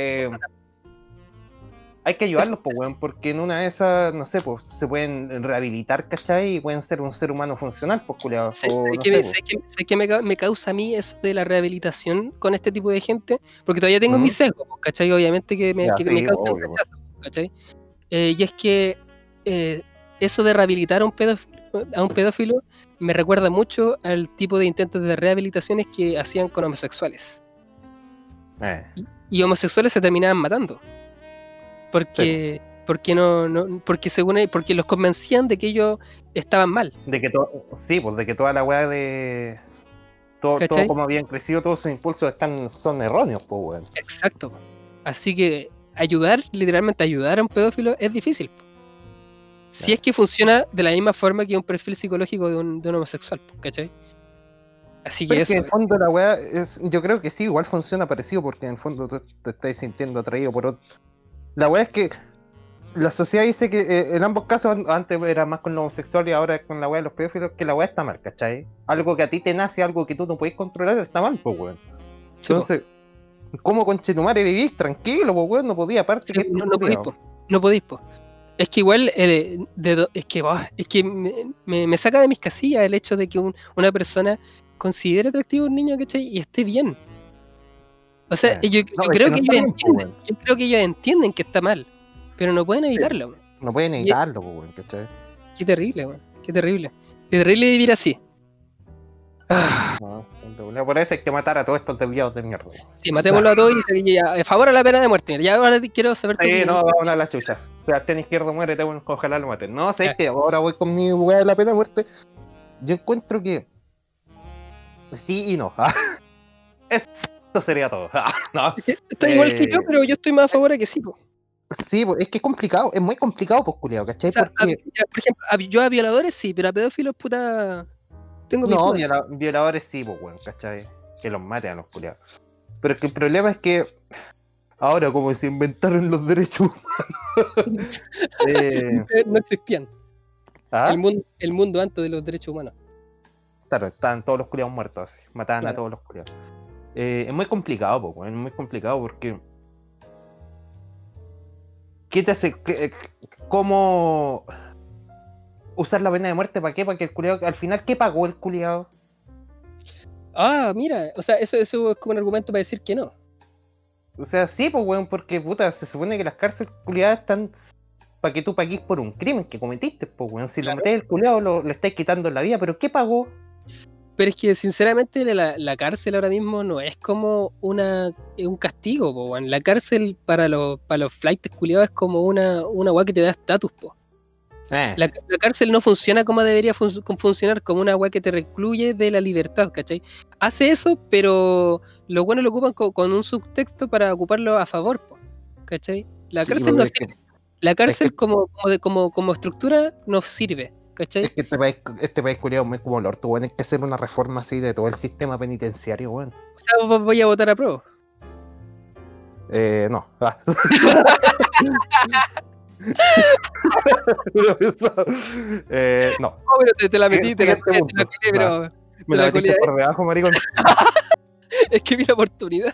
hay que eso, ayudarlos, pues, weón, porque en una de esas, no sé, pues, se pueden rehabilitar, ¿cachai? Y pueden ser un ser humano funcional, pues, culiados, ¿sabes o no qué sé, pues. sé qué me causa a mí eso de la rehabilitación con este tipo de gente? Porque todavía tengo ¿Mm? mis sesgos, po, ¿cachai? Obviamente Ya, que me sí, causa un obvio, pues. rechazo, ¿cachai? Y es que eso de rehabilitar a un pedófilo me recuerda mucho al tipo de intentos de rehabilitaciones que hacían con homosexuales. Eh, Y homosexuales se terminaban matando. sí, pues. Porque porque los convencían de que ellos estaban mal. Sí, pues, de que toda la weá de. Todo ¿Cachai? como habían crecido, todos sus impulsos son erróneos, pues, weón. Exacto. Así que literalmente ayudar a un pedófilo es difícil. Si Eh. es que funciona de la misma forma que un perfil psicológico de un homosexual, ¿cachai? Así Pero que es que en eso. el fondo la weá yo creo que sí, igual funciona parecido porque en el fondo tú te estás sintiendo atraído por otro. La weá es que la sociedad dice que en ambos casos, antes era más con los homosexuales y ahora es con la weá de los pedófilos, que la weá está mal, ¿cachai? Algo que a ti te nace, algo que tú no podés controlar, está mal, pues weón. Sí, po. Entonces, ¿cómo conchetumare vivís tranquilo, pues weón? No podía, aparte Sí, que estos no podéis, culiados. po. No podéis, po. Es que igual, es que me saca de mis casillas el hecho de que una persona considere atractivo a un niño, ¿cachai? Y esté bien. O sea, No, yo es que creo no que está ellos bien, pues entienden, weón. yo creo que ellos entienden que está mal, pero no pueden Sí, evitarlo. no pueden Y evitarlo, pues weón, ¿cachai? qué terrible, weón. Qué terrible. Qué terrible vivir así. Ah, No, por eso hay que matar a todos estos desviados de mierda, weón. sí, matémoslo a todos y a favor a la pena de muerte. Mira, ya ahora quiero saber tu Sí, opinión. no, vamos a la chucha. Sebastián Izquierdo muere, te ojalá lo maten. No, sé Ya. que ahora voy con mi weá de la pena de muerte. Yo encuentro que sí y no. Esto sería todo. No. Está igual que yo, Eh, pero yo estoy más a favor a que sí, po. sí, pues, es que es complicado, es muy complicado, pues, culiao, O ¿cachai? sea, Porque, ya, por ejemplo, yo a violadores sí, pero a pedófilos, puta, tengo mis no, dudas. violadores sí, pues, weón, ¿cachai? Que los maten a los culiados. Pero es que el problema es que ahora, como se inventaron los derechos humanos, No existían. ¿ah? El mundo antes de los derechos humanos. Claro, estaban todos los culiados muertos, así, mataban a Claro. todos los culiados. Es muy complicado, po, weón, es muy complicado porque ¿qué te hace? ¿Cómo usar la pena de muerte para qué? Para que el culiado, al final, ¿qué pagó el culiado? Ah, mira, o sea, eso es como un argumento para decir que no. O sea, sí, pues weón, porque puta, se supone que las cárceles culiadas están para que tú pagues por un crimen que cometiste, pues weón. Si lo Claro. metés el culiado, le estáis quitando la vida, pero ¿qué pagó? Pero es que sinceramente la cárcel ahora mismo no es como un castigo, po, weón. La cárcel para los flaites culiados es como una weá que te da estatus, po. Eh, La cárcel no funciona como debería funcionar, como una weá que te recluye de la libertad, ¿cachai? Hace eso, pero los buenos lo ocupan con un subtexto para ocuparlo a favor, po, ¿cachai? La sí, cárcel pero no es que, sirve. La es que cárcel como estructura no sirve. ¿cachai? Es que este país culiado es muy como el orto, weón. Hay que hacer una reforma así de todo el sistema penitenciario, weón. O sea, voy a votar a prueba. No. Pero eso, no. Oh, pero te la metí, te la Siguiente colé, punto. pero Me te la la colé. metiste por debajo, maricón. Es que vi la oportunidad.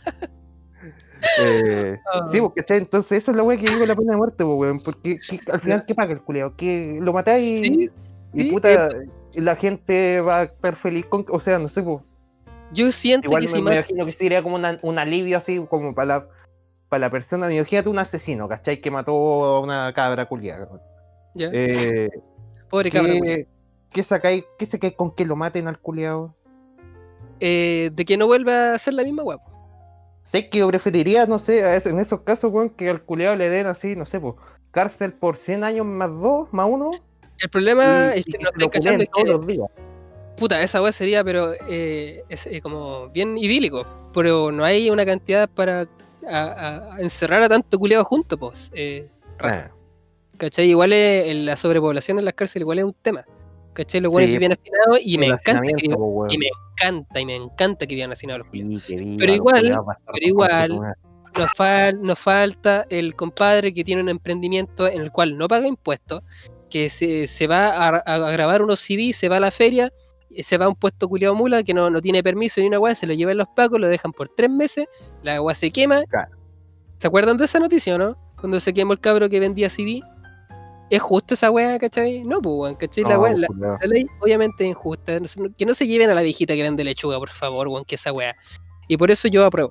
Sí, porque ¿cachai? Entonces esa es la weá que digo la pena de muerte, pues, weón. Porque al final, ¿qué paga el culiao? Que lo matáis Sí, y sí. puta, la gente va a estar feliz con. O sea, no sé, pues. Yo siento Igual que me si matan. imagino que sería como un alivio así, como para la persona. Imagínate un asesino, ¿cachai? Que mató a una cabra culiada. Ya, Eh, pobre cabra, culiao. ¿Qué sacáis? ¿Qué sacáis con que lo maten al culiao? De que no vuelva a ser la misma guapo. Sé que yo preferiría, no sé, en esos casos, weón, que al culiao le den así, no sé, pues, cárcel por 100 años más 2, más 1, El problema es y que que no se estoy lo cachando, culeen es todos que, los días. puta, esa weá sería, pero es como bien idílico. Pero no hay una cantidad para a encerrar a tanto culiado juntos, pues. Raja. ¿Cachai? Igual la sobrepoblación en las cárceles igual es un tema. ¿Cachai? Los buenos Sí, vivían hacinados y me el encanta hacinamiento, pues, y weón. me encanta que vivan hacinados los culiados. Sí, que Pero viva los igual, culiados pero bastardos, igual, conchetumare. nos falta el compadre que tiene un emprendimiento en el cual no paga impuestos, que se va a grabar unos CD, se va a la feria, se va a un puesto culiado mula que no tiene permiso ni una weá, se lo llevan los pacos, lo dejan por 3 meses, la agua se quema. Claro. ¿Se acuerdan de esa noticia o no? Cuando se quemó el cabro que vendía CD. ¿Es justo esa weá, cachai? No, pues weón, cachai, la No, weá, pues, la, culiao. la ley obviamente es injusta. Que no se lleven a la viejita que vende lechuga, por favor, weón, que esa weá. Y por eso yo apruebo.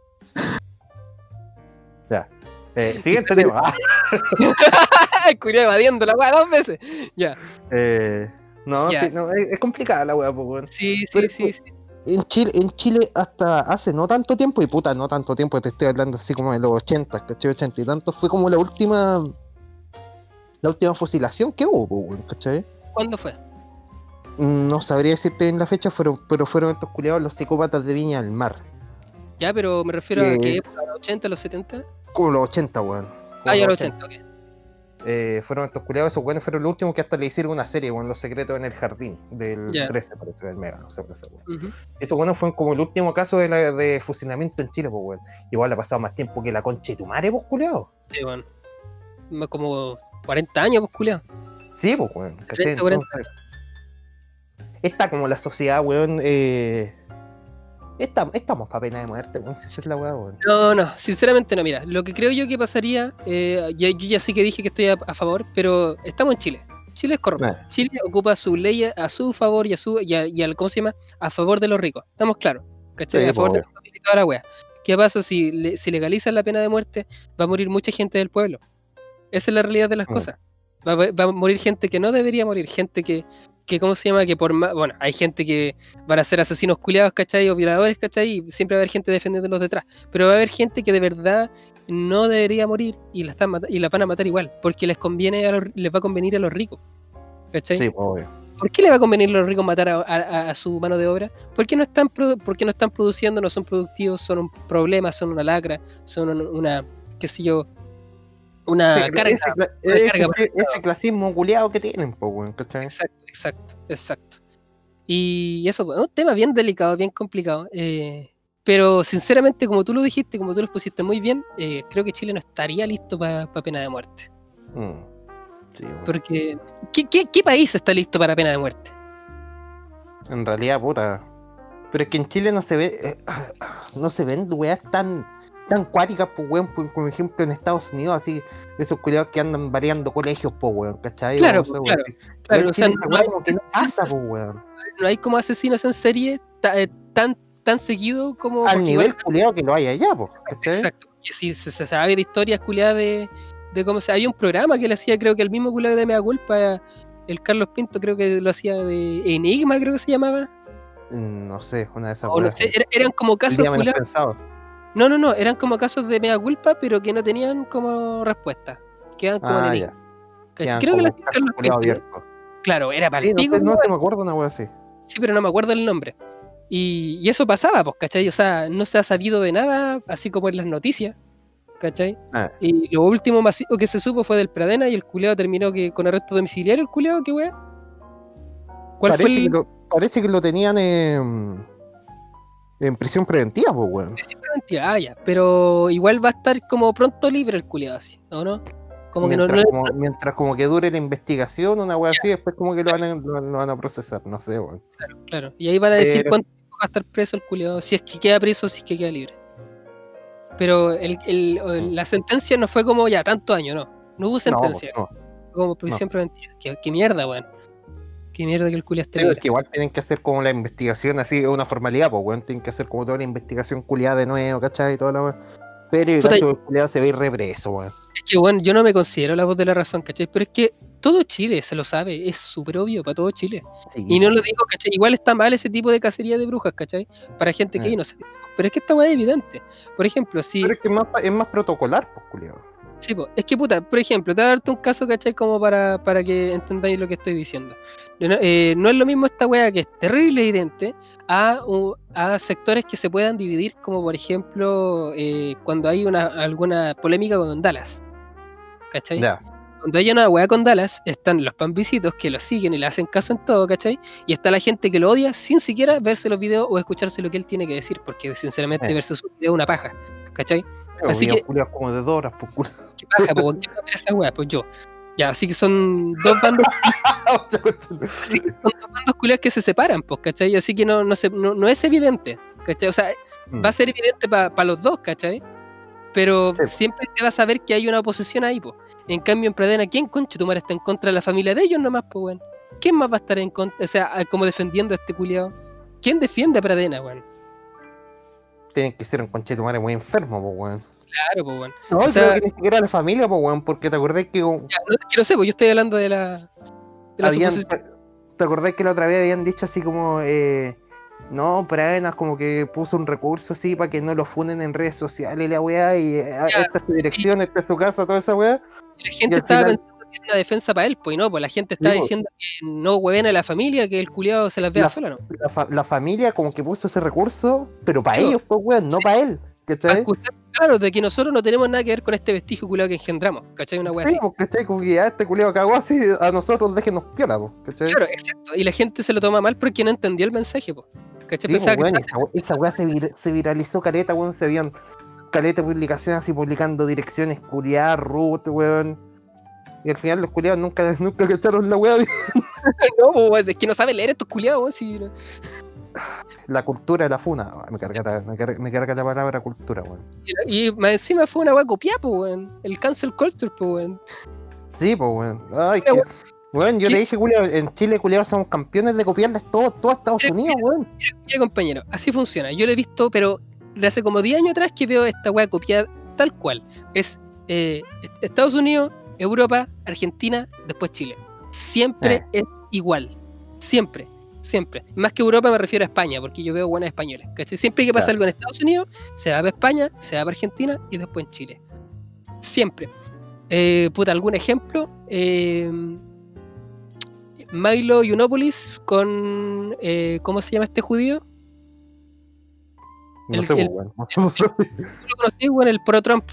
Ya. Y Siguiente tema. Curio evadiendo la weá 2 veces. Ya, No, sí, ya. no, es complicada la weá, pues, weón. Sí, Pero sí, sí, sí. en Chile hasta hace no tanto tiempo, y puta, no tanto tiempo, te estoy hablando así como de los 80, ¿cachai? 80 y tanto, fue como la última fusilación que hubo, pues, weón, ¿cachai? ¿Cuándo fue? No sabría decirte en la fecha, pero fueron estos culiados los psicópatas de Viña del Mar. Ya, pero me refiero a Que qué época, los 80, los 70. como los 80, weón. Ah, Como ya los los 80. 80, ok. Fueron estos culiados, esos weones fueron los últimos que hasta le hicieron una serie, weón, Los Secretos en el Jardín, del Ya. 13, parece, del Mega, no sé, por ese weón. Ujú. Esos weones fueron como el último caso de fusilamiento en Chile, pues, weón. Igual ha pasado más tiempo que la concha de tu madre, pues, culiado. Sí, bueno. Más como 40 años, pues, culiao. Sí, pues, weón, ¿cachai? 30, 40. Entonces, está como la sociedad, weón, estamos para pena de muerte, weón, si esa es la weá, weón. No, sinceramente no, mira, lo que creo yo que pasaría, yo ya sé que dije que estoy a favor, pero estamos en Chile. Chile es corrupto. Eh. Chile ocupa su ley a su favor y al, ¿cómo se llama? A favor de los ricos. Estamos claros, ¿cachai? Sí, A favor de pues, la familia y toda la wea. ¿Qué pasa si legalizan la pena de muerte? Va a morir mucha gente del pueblo. Esa es la realidad de las obvio. cosas. Va a morir gente que no debería morir, gente que ¿cómo se llama? Que por más, bueno, hay gente que van a ser asesinos culiados, ¿cachai? O violadores, ¿cachai? Y siempre va a haber gente defendiéndolos detrás. Pero va a haber gente que de verdad no debería morir y la van a matar igual, porque les va a convenir a los ricos, ¿cachai? Sí, pues, obvio. ¿Por qué le va a convenir a los ricos matar a su mano de obra? Porque porque no están produciendo, no son productivos, son un problema, son una lacra, son una qué sé yo, Sí, una carga, ese clasismo culiado que tienen, pues, weón, ¿cachai? Exacto. Y eso, pues, es un tema bien delicado, bien complicado. Pero sinceramente, como tú lo dijiste, como tú lo pusiste muy bien, creo que Chile no estaría listo para pena de muerte. Sí, weón. Porque, ¿qué país está listo para pena de muerte? En realidad, puta. Pero es que en Chile no se ve, no se ven weas tan cuáticas, pues, weón, por ejemplo en Estados Unidos, así, esos culiados que andan variando colegios, pues, weón, ¿cachai? Claro, O sea, pues, weón, claro. en O sea, Chile esa wea como que no pasa, pues, weón. no hay como asesinos en serie tan seguido como. Al Porque igual. nivel culiado que lo hay allá, pues, ¿cachai? Exacto. Y sí, se sabe de historias culiadas de cómo se. Había un programa que le hacía, creo que el mismo culiado de Mea Culpa, el Carlos Pinto, creo que lo hacía de Enigma, creo que se llamaba. No sé, una de esas O no weas. sé, eran como El casos día menos culiados. pensado. No, eran como casos de Mea Culpa, pero que no tenían como respuesta. Quedaban como en Ah, enigma. ya. ¿Cachai? Quedan Creo que lo como hacía casos Carlos culiados Pinto. abiertos. Claro, era para el Sí, no pico, sé, no weón. se me acuerdo una wea así. Sí, pero no me acuerdo el nombre. Y eso pasaba, pues, ¿cachai? O sea, no se ha sabido de nada, así como en las noticias, ¿cachai? Ah, Y lo último masivo que se supo fue del Pradena y el culeado terminó con arresto domiciliario, el culeado, qué weá. ¿Cuál fue el...? Parece que lo tenían en prisión preventiva, pues, weón. Simplemente, ya, pero igual va a estar como pronto libre el culiado así, ¿o no? Como que Mientras como que dure la investigación, una wea así, después como que lo van a procesar, no sé, weón. Claro, y ahí van a decir Pero, cuánto va a estar preso el culiado, si es que queda preso, si es que queda libre. Pero la sentencia no fue como ya, tantos años, no hubo sentencia. no. Como prisión preventiva. ¿Qué mierda, weón? Qué mierda que el culiado esté Sí, libre. porque igual tienen que hacer como la investigación así, es una formalidad, pues, weón. Tienen que hacer como toda la investigación culiada de nuevo, ¿cachai? Y toda la weón. Pero el Puta, caso del culiado se ve represo, weón. es que, bueno, yo no me considero la voz de la razón, ¿cachai? Pero es que todo Chile se lo sabe, es súper obvio para todo Chile. Sí, Y no pues, lo digo, ¿cachai? Igual está mal ese tipo de cacería de brujas, ¿cachai? Para gente que weón. no sé. Pero es que esta weá es evidente. Por ejemplo, si... Pero es que es más protocolar, pues, culiado. Sí, po, es que puta, por ejemplo, te voy a darte un caso, ¿cachai? Como para que entendáis lo que estoy diciendo. No es lo mismo esta weá que es terrible e evidente a sectores que se puedan dividir, como por ejemplo cuando hay alguna polémica con Dallas, ¿cachai? Ya. Cuando hay una weá con Dallas, están los pambisitos que lo siguen y le hacen caso en todo, ¿cachai? Y está la gente que lo odia sin siquiera verse los videos o escucharse lo que él tiene que decir, porque sinceramente verse su video es una paja, ¿cachai? Así Videos que, culiados como de 2 horas, pues, culiado. ¿qué paja, po? ¿Quién va a ver esa weá? Pues yo. Ya, así que son dos bandos, sí, son dos bandos culiados que se separan, pues, ¿cachai? Así que no es evidente, ¿cachai? O sea, va a ser evidente para los dos, ¿cachai? Pero Sí. siempre se va a saber que hay una oposición ahí, pues. En cambio, en Pradena, ¿quién concha tu madre está en contra de la familia de ellos nomás, pues, weón? ¿Quién más va a estar en contra? O sea, como defendiendo a este culiado. ¿Quién defiende a Pradena, weón? Tienen que ser un conchetumare muy enfermo, pues, weón. Claro, pues, weón. No, O y creo sea, que ni siquiera la familia, pues, weón, porque te acordás que ya, no, es que no sé, pues yo estoy hablando de la habían, suposición. te acordás que la otra vez habían dicho así como, no, Pradenas como que puso un recurso así para que no lo funen en redes sociales y la weá, y Ya, esta es su y dirección, esta es su casa, toda esa weá, la y gente al estaba final, pensando que era una defensa para él, pues, y no, pues la gente sí, estaba pues, diciendo que no hueven a la familia, que el culiado se las vea la, sola, ¿no? la familia como que puso ese recurso, pero para Sí, ellos, pues, weón, no para él, para ¿cachai? acusar, claro, de que nosotros no tenemos nada que ver con este vestigio culiado que engendramos, ¿cachai? Una wea Sí, así. pues, ¿cachai? Como que ya este culiao cagó así, a nosotros déjenos piola, pues, ¿cachai? Claro, exacto. Y la gente se lo toma mal porque no entendió el mensaje, po. ¿Cachai? Sí, pues, Pensaba que weón, y estaba... esa weá se viralizó caleta, weón, se habían caleta de publicaciones así publicando direcciones culiadas, root, weón. Y al final los culiados nunca cacharon la weá. No, po, es que no sabe leer estos culiados, weón. Si... La cultura de la funa. Me carga la palabra cultura, weón. Y más encima fue una wea copiada, po, weón. El cancel culture, po, weón. Sí, pues, weón. Ay, Mira, que. weón, Weón, yo ¿qué? te dije, culiao, en Chile, culiados, somos campeones de copiarles todo a Estados Mira, Unidos, weón. mira, compañero, así funciona. Yo lo he visto, pero de hace como 10 años atrás que veo esta wea copiada tal cual. Es Estados Unidos, Europa, Argentina, después Chile. Siempre es igual. Siempre. Siempre. Más que Europa me refiero a España, porque yo veo buenas españoles. ¿Cachai? Siempre que pasa Claro. algo en Estados Unidos, se va para España, se va para Argentina y después en Chile. Siempre. Puta, algún ejemplo. Milo Yiannopoulos con. ¿Cómo se llama este judío? No sé, pues, weón. No sé. ¿Tú lo conocí, bueno, el pro Trump?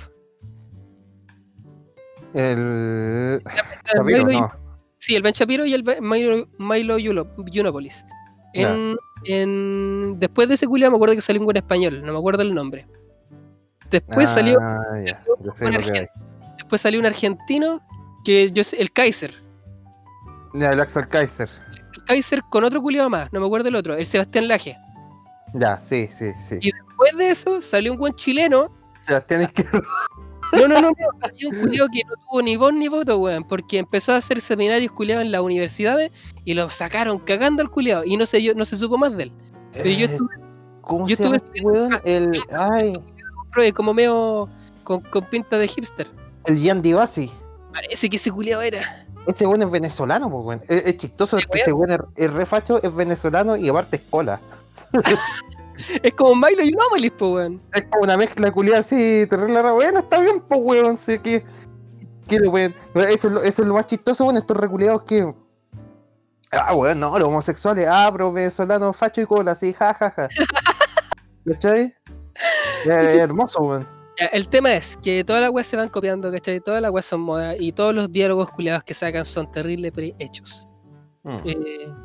El. El Shapiro, Milo, no. sí, el Ben Shapiro y el Milo Yiannopoulos. Ya. Después de ese culiao me acuerdo que salió un buen español, no me acuerdo el nombre. Después salió, Ya. Yo sé lo que hay. después salió un argentino que yo sé, el Kaiser. Ya, el Axel Kaiser. El Kaiser con otro culiao más, no me acuerdo el otro, el Sebastián Laje. Ya, sí. Y después de eso salió un buen chileno. Sebastián Izquierdo. No, salió un culiao que no tuvo ni voz ni voto, weón, porque empezó a hacer seminarios culiados en las universidades y lo sacaron cagando al culiao y no se supo más de él. Pero ¿Cómo yo se llama estuve este weón? como medio con pinta de hipster. El Gian Divasi. Parece que ese culiao era. Ese weón es venezolano, pues weón. Es chistoso porque ese weón es re facho, es venezolano y aparte es cola. Es como Milo Yiannopoulos, po, weón. Es como una mezcla culiada así, terrible rara. Bueno, está bien, pues weón. Sí, weón. Eso es lo más chistoso, weón, estos reculeados que. Weón, no, los homosexuales, pero venezolano, facho y cola, sí, jajaja. ¿Cachai? Es hermoso, weón. Ya, el tema es que todas las weas se van copiando, ¿cachai? Todas las weas son modas y todos los diálogos culiados que sacan son terribles prehechos. Mm.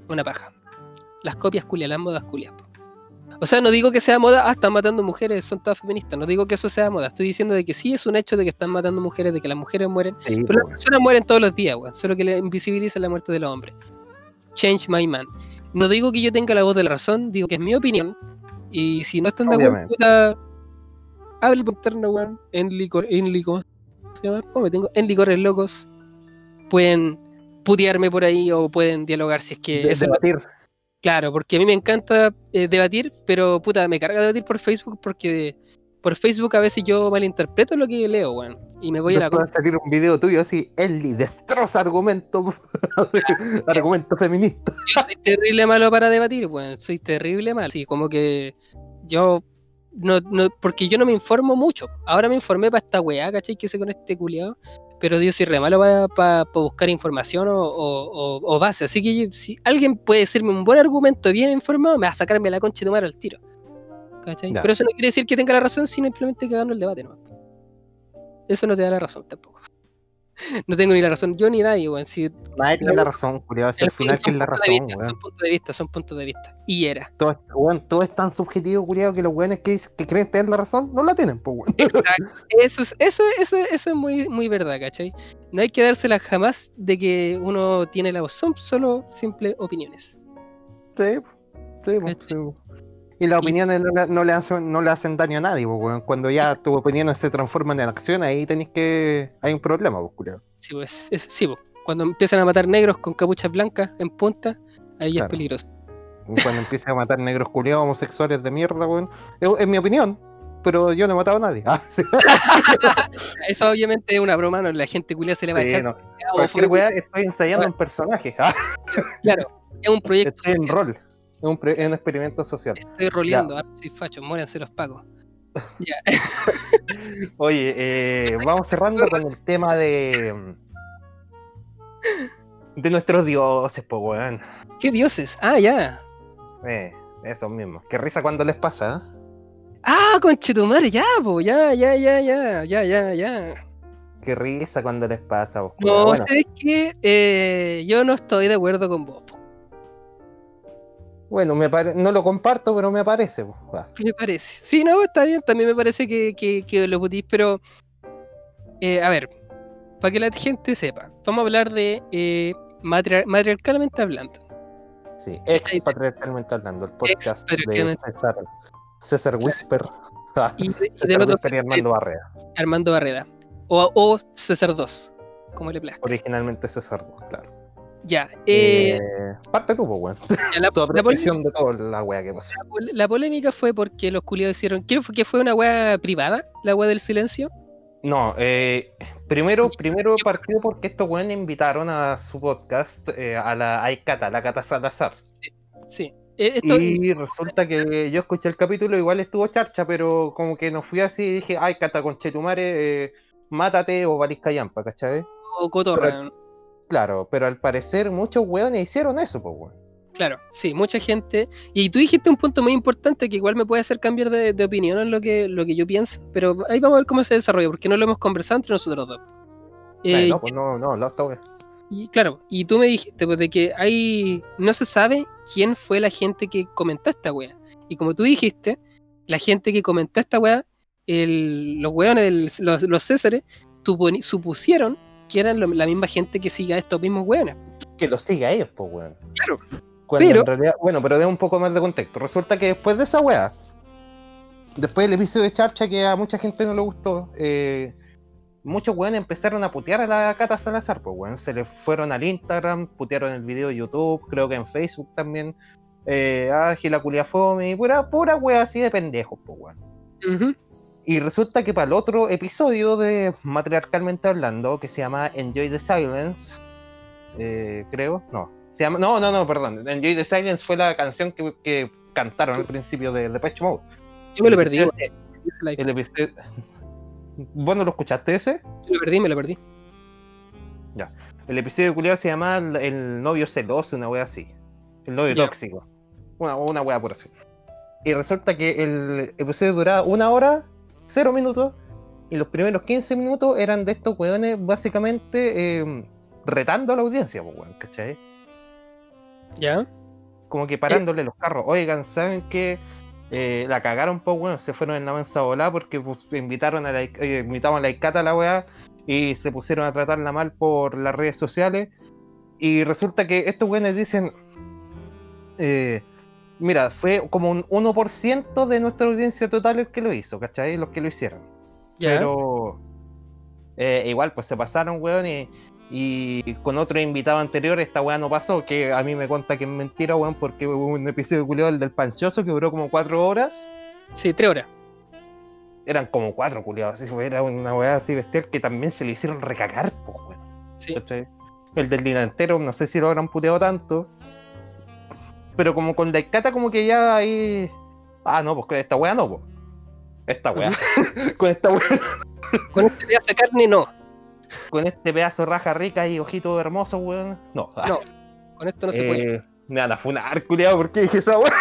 una paja. Las copias culias, las modas culias. O sea, no digo que sea moda, están matando mujeres, son todas feministas. No digo que eso sea moda. Estoy diciendo de que sí es un hecho de que están matando mujeres, de que las mujeres mueren. Sí, Pero las pues, personas mueren todos los días, weón. Solo que le invisibilizan la muerte de los hombres. Change my man. No digo que yo tenga la voz de la razón, digo que es mi opinión. Y si no están de acuerdo, obviamente. puta, hable por interno, weón. ¿Cómo se llama? ¿Cómo me tengo? En licores locos. Pueden putearme por ahí o pueden dialogar si es que eso es lo Debatir. claro, porque a mí me encanta debatir, pero puta, me carga debatir por Facebook porque por Facebook a veces yo malinterpreto lo que leo, weón. Y me voy a la Después va a contra. salir un video tuyo así, Ellie destroza argumento, argumento feminista. Yo soy terrible malo para debatir, weón. Soy terrible malo. Sí, como que yo no, porque yo no me informo mucho. Ahora me informé para esta weá, ¿cachai? Que hice con este culiado. Pero yo soy re malo para buscar información o base. Así que si alguien puede decirme un buen argumento bien informado, me va a sacarme la concha de tu madre al tiro. ¿Cachai? Ya. Pero eso no quiere decir que tenga la razón, sino simplemente que gano el debate, ¿no? Eso no te da la razón tampoco. No tengo ni la razón yo ni nadie, weón. Si Nadie tiene la razón, culiado. Si al final, ¿qué es la razón, weón? son puntos de vista, son puntos de vista. Y era. Todo es tan subjetivo, culiado, que los weones que creen tener la razón no la tienen, pues, weón. Exacto. Eso es muy, muy verdad, ¿cachai? No hay que dársela jamás de que uno tiene la voz. Son solo simples opiniones. Sí, sí, pues, sí. Y las opiniones no le hacen daño a nadie, pues, weón. Cuando ya tus opiniones se transforman en acción, ahí hay un problema, pues, culiado. Sí, pues, sí, pues. Cuando empiezan a matar negros con capuchas blancas en punta, ahí ya es Claro. peligroso. Cuando empiecen a matar negros culiados homosexuales de mierda, weón. Es mi opinión, pero yo no he matado a nadie. Sí, Eso obviamente es una broma, no, la gente culia se le va a echar. no. Cualquier weá, estoy ensayando un personaje. Claro, es un proyecto Estoy en social. rol. Es un experimento social. Estoy roleando, ahora soy facho, muéranse los pacos. Ya. Oye, vamos cerrando con el tema de nuestros dioses, po, weón. ¿Qué dioses? Ah, ya. Esos mismos. Qué risa cuando les pasa, ¿eh? Ah, conchetumare, ya, po, ya. Qué risa cuando les pasa, po, No, bueno. ¿sabes qué? Yo no estoy de acuerdo con vos. Po. Bueno, no lo comparto, pero me parece, po. Va. ¿Qué me parece? Sí, no, está bien, también me parece que lo putís, pero a ver, para que la gente sepa, vamos a hablar de matriarcalmente hablando. Sí, ex patriarcalmente hablando, el podcast de Patriarcalmente. César Whisper, Y César del otro Whisper y Armando Barrera. Armando Barreda. O César 2, como le plazca. Originalmente César 2, claro. Ya, Parte tú, pues, weón. ya, Tu apreciación de toda la wea que pasó. la polémica fue porque los culiados hicieron. Creo que fue una wea privada, la wea del silencio. No, primero partió porque estos weones invitaron a su podcast a la Cata Salazar. Sí. Y resulta que yo escuché el capítulo, igual estuvo charcha, pero como que no fui así y dije, ay, Cata conchetumare, mátate o valís callampa, ¿cachai? O cotorra. Claro, pero al parecer muchos weones hicieron eso, pues, weón. Claro, sí, mucha gente. Y tú dijiste un punto muy importante que igual me puede hacer cambiar de opinión en lo que yo pienso, pero ahí vamos a ver cómo se desarrolla, porque no lo hemos conversado entre nosotros dos. No, pues no, esta wea. Y claro, y tú me dijiste pues, de que no se sabe quién fue la gente que comentó esta wea. Y como tú dijiste, la gente que comentó esta wea, los weones, los Césares, supusieron que eran la misma gente que siga a estos mismos weones. Que los siga a ellos, pues, weón. Claro. Cuando pero en realidad, bueno, pero de un poco más de contexto. Resulta que después de esa wea, después del episodio de Charcha que a mucha gente no le gustó, muchos weones empezaron a putear a la Cata Salazar, pues weón. Se le fueron al Instagram, putearon el video de YouTube, creo que en Facebook también. Gila culia fome, y pura wea así de pendejos, pues weón. Uh-huh. Y resulta que para el otro episodio de Matriarcalmente Hablando, que se llama Enjoy the Silence, creo, no. Se llama, no, perdón. Enjoy the Silence fue la canción que cantaron al principio de Depeche Mode. Yo me lo perdí. El episodio... ¿Vos no lo escuchaste ese? Me lo perdí. Ya. El episodio de culiado se llama El novio celoso, una wea así. El novio tóxico. Una wea por así. Y resulta que el episodio duraba 1 hora, 0 minutos, y los primeros 15 minutos eran de estos weones básicamente retando a la audiencia, pues weón, ¿cachai? ¿Ya? como que parándole los carros. Oigan, ¿saben qué? La cagaron, pues, bueno, se fueron en la mansa volada porque pues, invitaron a la Icata a la weá y se pusieron a tratarla mal por las redes sociales. Y resulta que estos weones dicen, mira, fue como un 1% de nuestra audiencia total el que lo hizo, ¿cachai? Los que lo hicieron. Ya. Pero igual, pues se pasaron, weón, y con otro invitado anterior esta weá no pasó, que a mí me cuenta que es mentira, weón, porque hubo un episodio culiado, el del Panchoso, que duró como 4 horas. Sí, 3 horas. Eran como 4 culiados, así, era una weá así bestial que también se le hicieron recagar, pues, weón. Sí. ¿Cachai? El del delantero, no sé si lo habrán puteado tanto, pero como con la Icata como que ya ahí... Ah, no, pues con esta weá no, pues. Esta weá. Con esta weá. Con este pedazo de carne, no. Con este pedazo de raja rica y ojitos hermosos, weón. No. No, con esto no se puede. Me van a funar, culiado, ¿por qué dije esa weá?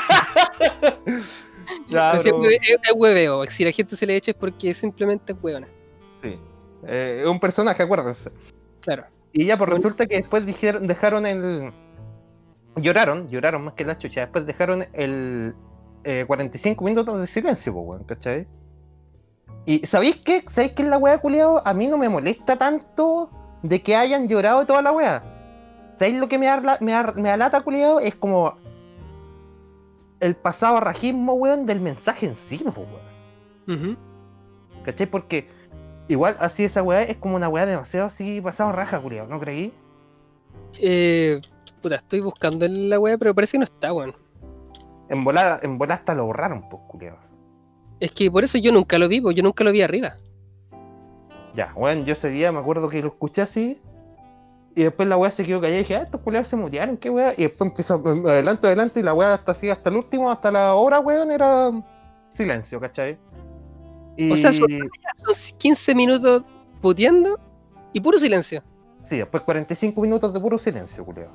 Ya, Pero siempre pero... es hueveo. Si la gente se le echa es porque simplemente es huevona. Sí. Es un personaje, acuérdense. Claro. Y ya, pues Bueno, resulta que después dejaron el... Lloraron más que la chucha. Después dejaron el 45 minutos de silencio, pues, weón, ¿cachai? Y ¿sabéis qué? ¿Sabéis qué es la weá, culiado? A mí no me molesta tanto de que hayan llorado toda la weá. ¿Sabéis lo que me da lata, culiado? Es como el pasado rajismo, weón, del mensaje en sí, pues, weón. ¿Cachai? Porque igual así esa weá es como una weá demasiado así pasado raja, culiado, ¿no creí? Puta, estoy buscando en la web, pero parece que no está, weón. En volada hasta lo borraron, pues, culiado. Es que por eso yo nunca lo vi, yo nunca lo vi arriba. Ya, weón, yo ese día me acuerdo que lo escuché así. Y después la weá se quedó callada y dije, estos culiados se mutearon, qué weá. Y después empezó adelante y la weá hasta así, hasta el último, hasta la hora, weón, era silencio, ¿cachai? O sea, son Y 15 minutos puteando y puro silencio. sí, después 45 minutos de puro silencio, culiado.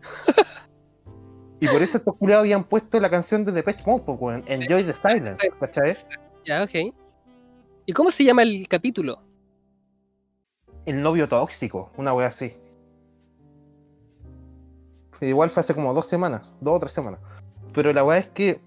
Y por eso estos culiados habían puesto la canción de Depeche Mode, pues, weón, Enjoy the Silence, ¿cachai? Ya, ok. ¿Y cómo se llama el capítulo? El novio tóxico, una weá así. Sí, igual fue hace como 2 o 3 semanas. Pero la weá es que...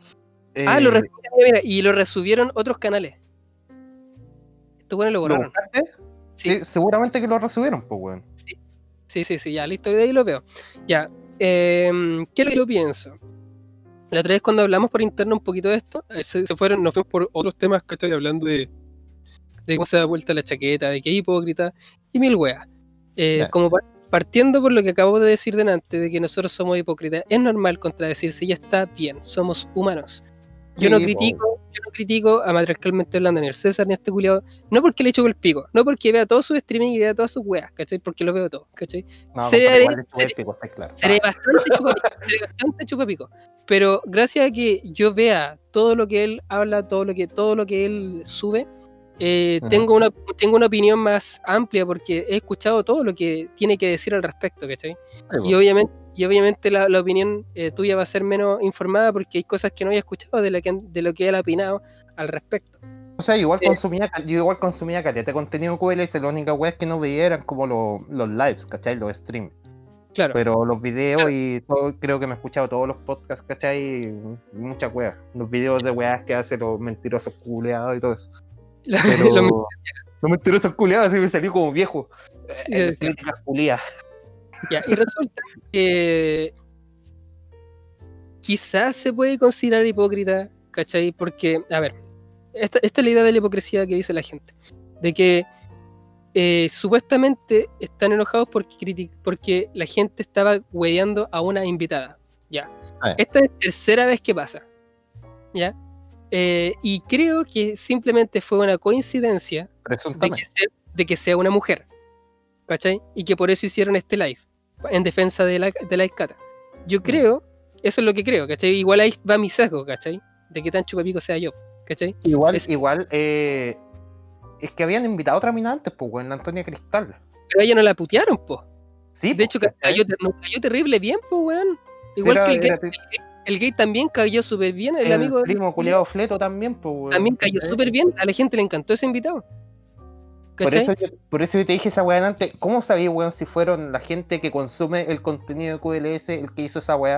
y lo resubieron otros canales. Estos buenos lo ¿Lo borraron. buscaste? Sí, seguramente que lo resubieron, pues, weón. Sí, ya, listo, de ahí lo veo. Ya, ¿qué es lo que yo pienso? La otra vez cuando hablamos por interno un poquito de esto, nos fuimos por otros temas que estoy hablando de cómo se da vuelta la chaqueta, de que es hipócrita y mil weas. Como partiendo por lo que acabo de decir delante, de que nosotros somos hipócritas, es normal contradecirse y ya está bien, somos humanos. Yo no critico a matriarcalmente hablando ni al César ni a este culiado, no porque le echo el pico, no porque vea todo su streaming y vea todas sus weas, ¿cachai? Porque lo veo todo, ¿cachai? No, seré claro. bastante chupapico, pero gracias a que yo vea todo lo que él habla, todo lo que él sube, tengo una opinión más amplia porque he escuchado todo lo que tiene que decir al respecto, ¿cachai? Y obviamente la opinión tuya va a ser menos informada porque hay cosas que no había escuchado de lo que él ha opinado al respecto. O sea, yo igual consumía caleta de contenido QLS, la única wea que no veía eran como los lives, ¿cachai? Los streams. Claro. Pero los videos y todo, creo que me he escuchado todos los podcasts, ¿cachai? Y muchas weas. Los videos de weas que hacen los mentirosos culeados y todo eso. Pero los mentirosos culeados así me salió como viejo. Críticas culiadas. Ya, y resulta que quizás se puede considerar hipócrita, ¿cachai? Porque, a ver, esta es la idea de la hipocresía que dice la gente. De que supuestamente están enojados porque la gente estaba hueveando a una invitada. Ya. Esta es la tercera vez que pasa. ¿Ya? Y creo que simplemente fue una coincidencia de que sea una mujer. ¿Cachai? Y que por eso hicieron este live en defensa de la Icata. Yo creo, eso es lo que creo, ¿cachai? Igual ahí va mi sesgo, ¿cachai? De que tan chupapico sea yo, ¿cachai? Igual, es que habían invitado a otra mina antes, pues, weón, la Antonia Cristal. Pero a ella no la putearon, pues. Sí, de hecho, cayó terrible bien, pues, weón. Igual que el gay también cayó súper bien, el amigo del primo culiado Fleto también, pues, weón. También cayó súper bien, a la gente le encantó ese invitado. Por eso yo te dije esa weá antes. ¿Cómo sabía, weón, si fueron la gente que consume el contenido de QLS el que hizo esa weá?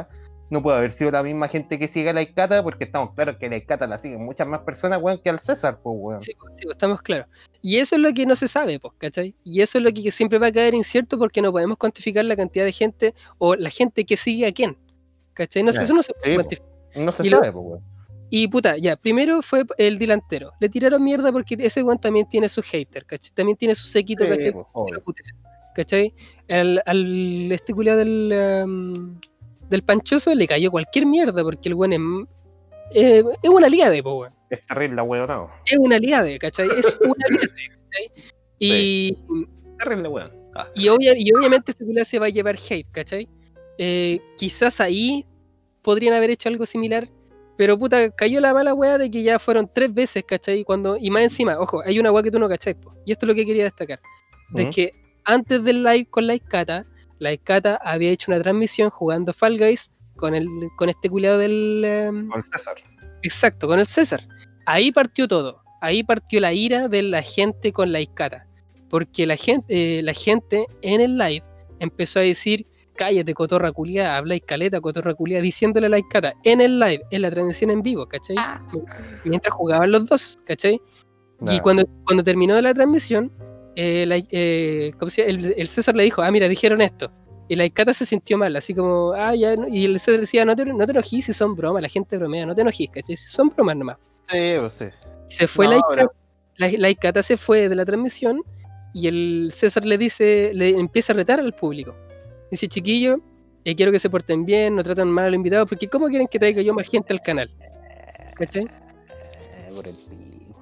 No puede haber sido la misma gente que sigue a la Icata, porque estamos claros que la Icata la siguen muchas más personas, weón, que al César, pues, weón. Sí, pues, estamos claros. Y eso es lo que no se sabe, pues, ¿cachai? Y eso es lo que siempre va a caer incierto porque no podemos cuantificar la cantidad de gente o la gente que sigue a quién, ¿cachai? No sé, eso no se puede Sí, cuantificar. no se Y, sabe, pues, weón. y puta, ya, primero fue el delantero. Le tiraron mierda porque ese weón también tiene su hater, ¿cachai? También tiene su séquito, Sí, ¿cachai? pues, Que lo obvio. putea, ¿cachai? Al este culiao del Panchoso le cayó cualquier mierda porque el weón es una liade, po, weón. Es terrible la weón, no. Es una liade, ¿cachai? Es una liade, ¿cachai? Y, Terrible weón. y obviamente ese culiao se va a llevar hate, ¿cachai? Quizás ahí podrían haber hecho algo similar, pero puta, cayó la mala weá de que ya fueron 3 veces, ¿cachai? Y más encima, ojo, hay una weá que tú no cachai, po, y esto es lo que quería destacar, de que antes del live con la Icata había hecho una transmisión jugando Fall Guys con este culiao Con César. Exacto, con el César. Ahí partió todo. Ahí partió la ira de la gente con la Icata. Porque la gente en el live empezó a decir, cállate, cotorra culia, habla caleta, cotorra culia, diciéndole a la Icata en el live, en la transmisión en vivo, ¿cachai? Mientras jugaban los dos, ¿cachai? Y cuando terminó la transmisión, ¿cómo se llama? El César le dijo, mira, dijeron esto. Y la Icata se sintió mal, así como, ya, y el César decía, no te enojes si son bromas, la gente bromea, no te enojes, ¿cachai? Si son bromas nomás. Sí, pues sí. Se fue la Icata se fue de la transmisión y el César le empieza a retar al público. Dice, chiquillo, quiero que se porten bien, no traten mal a los invitados, porque ¿cómo quieren que traiga yo más gente al canal? ¿Cachai? Por el pico.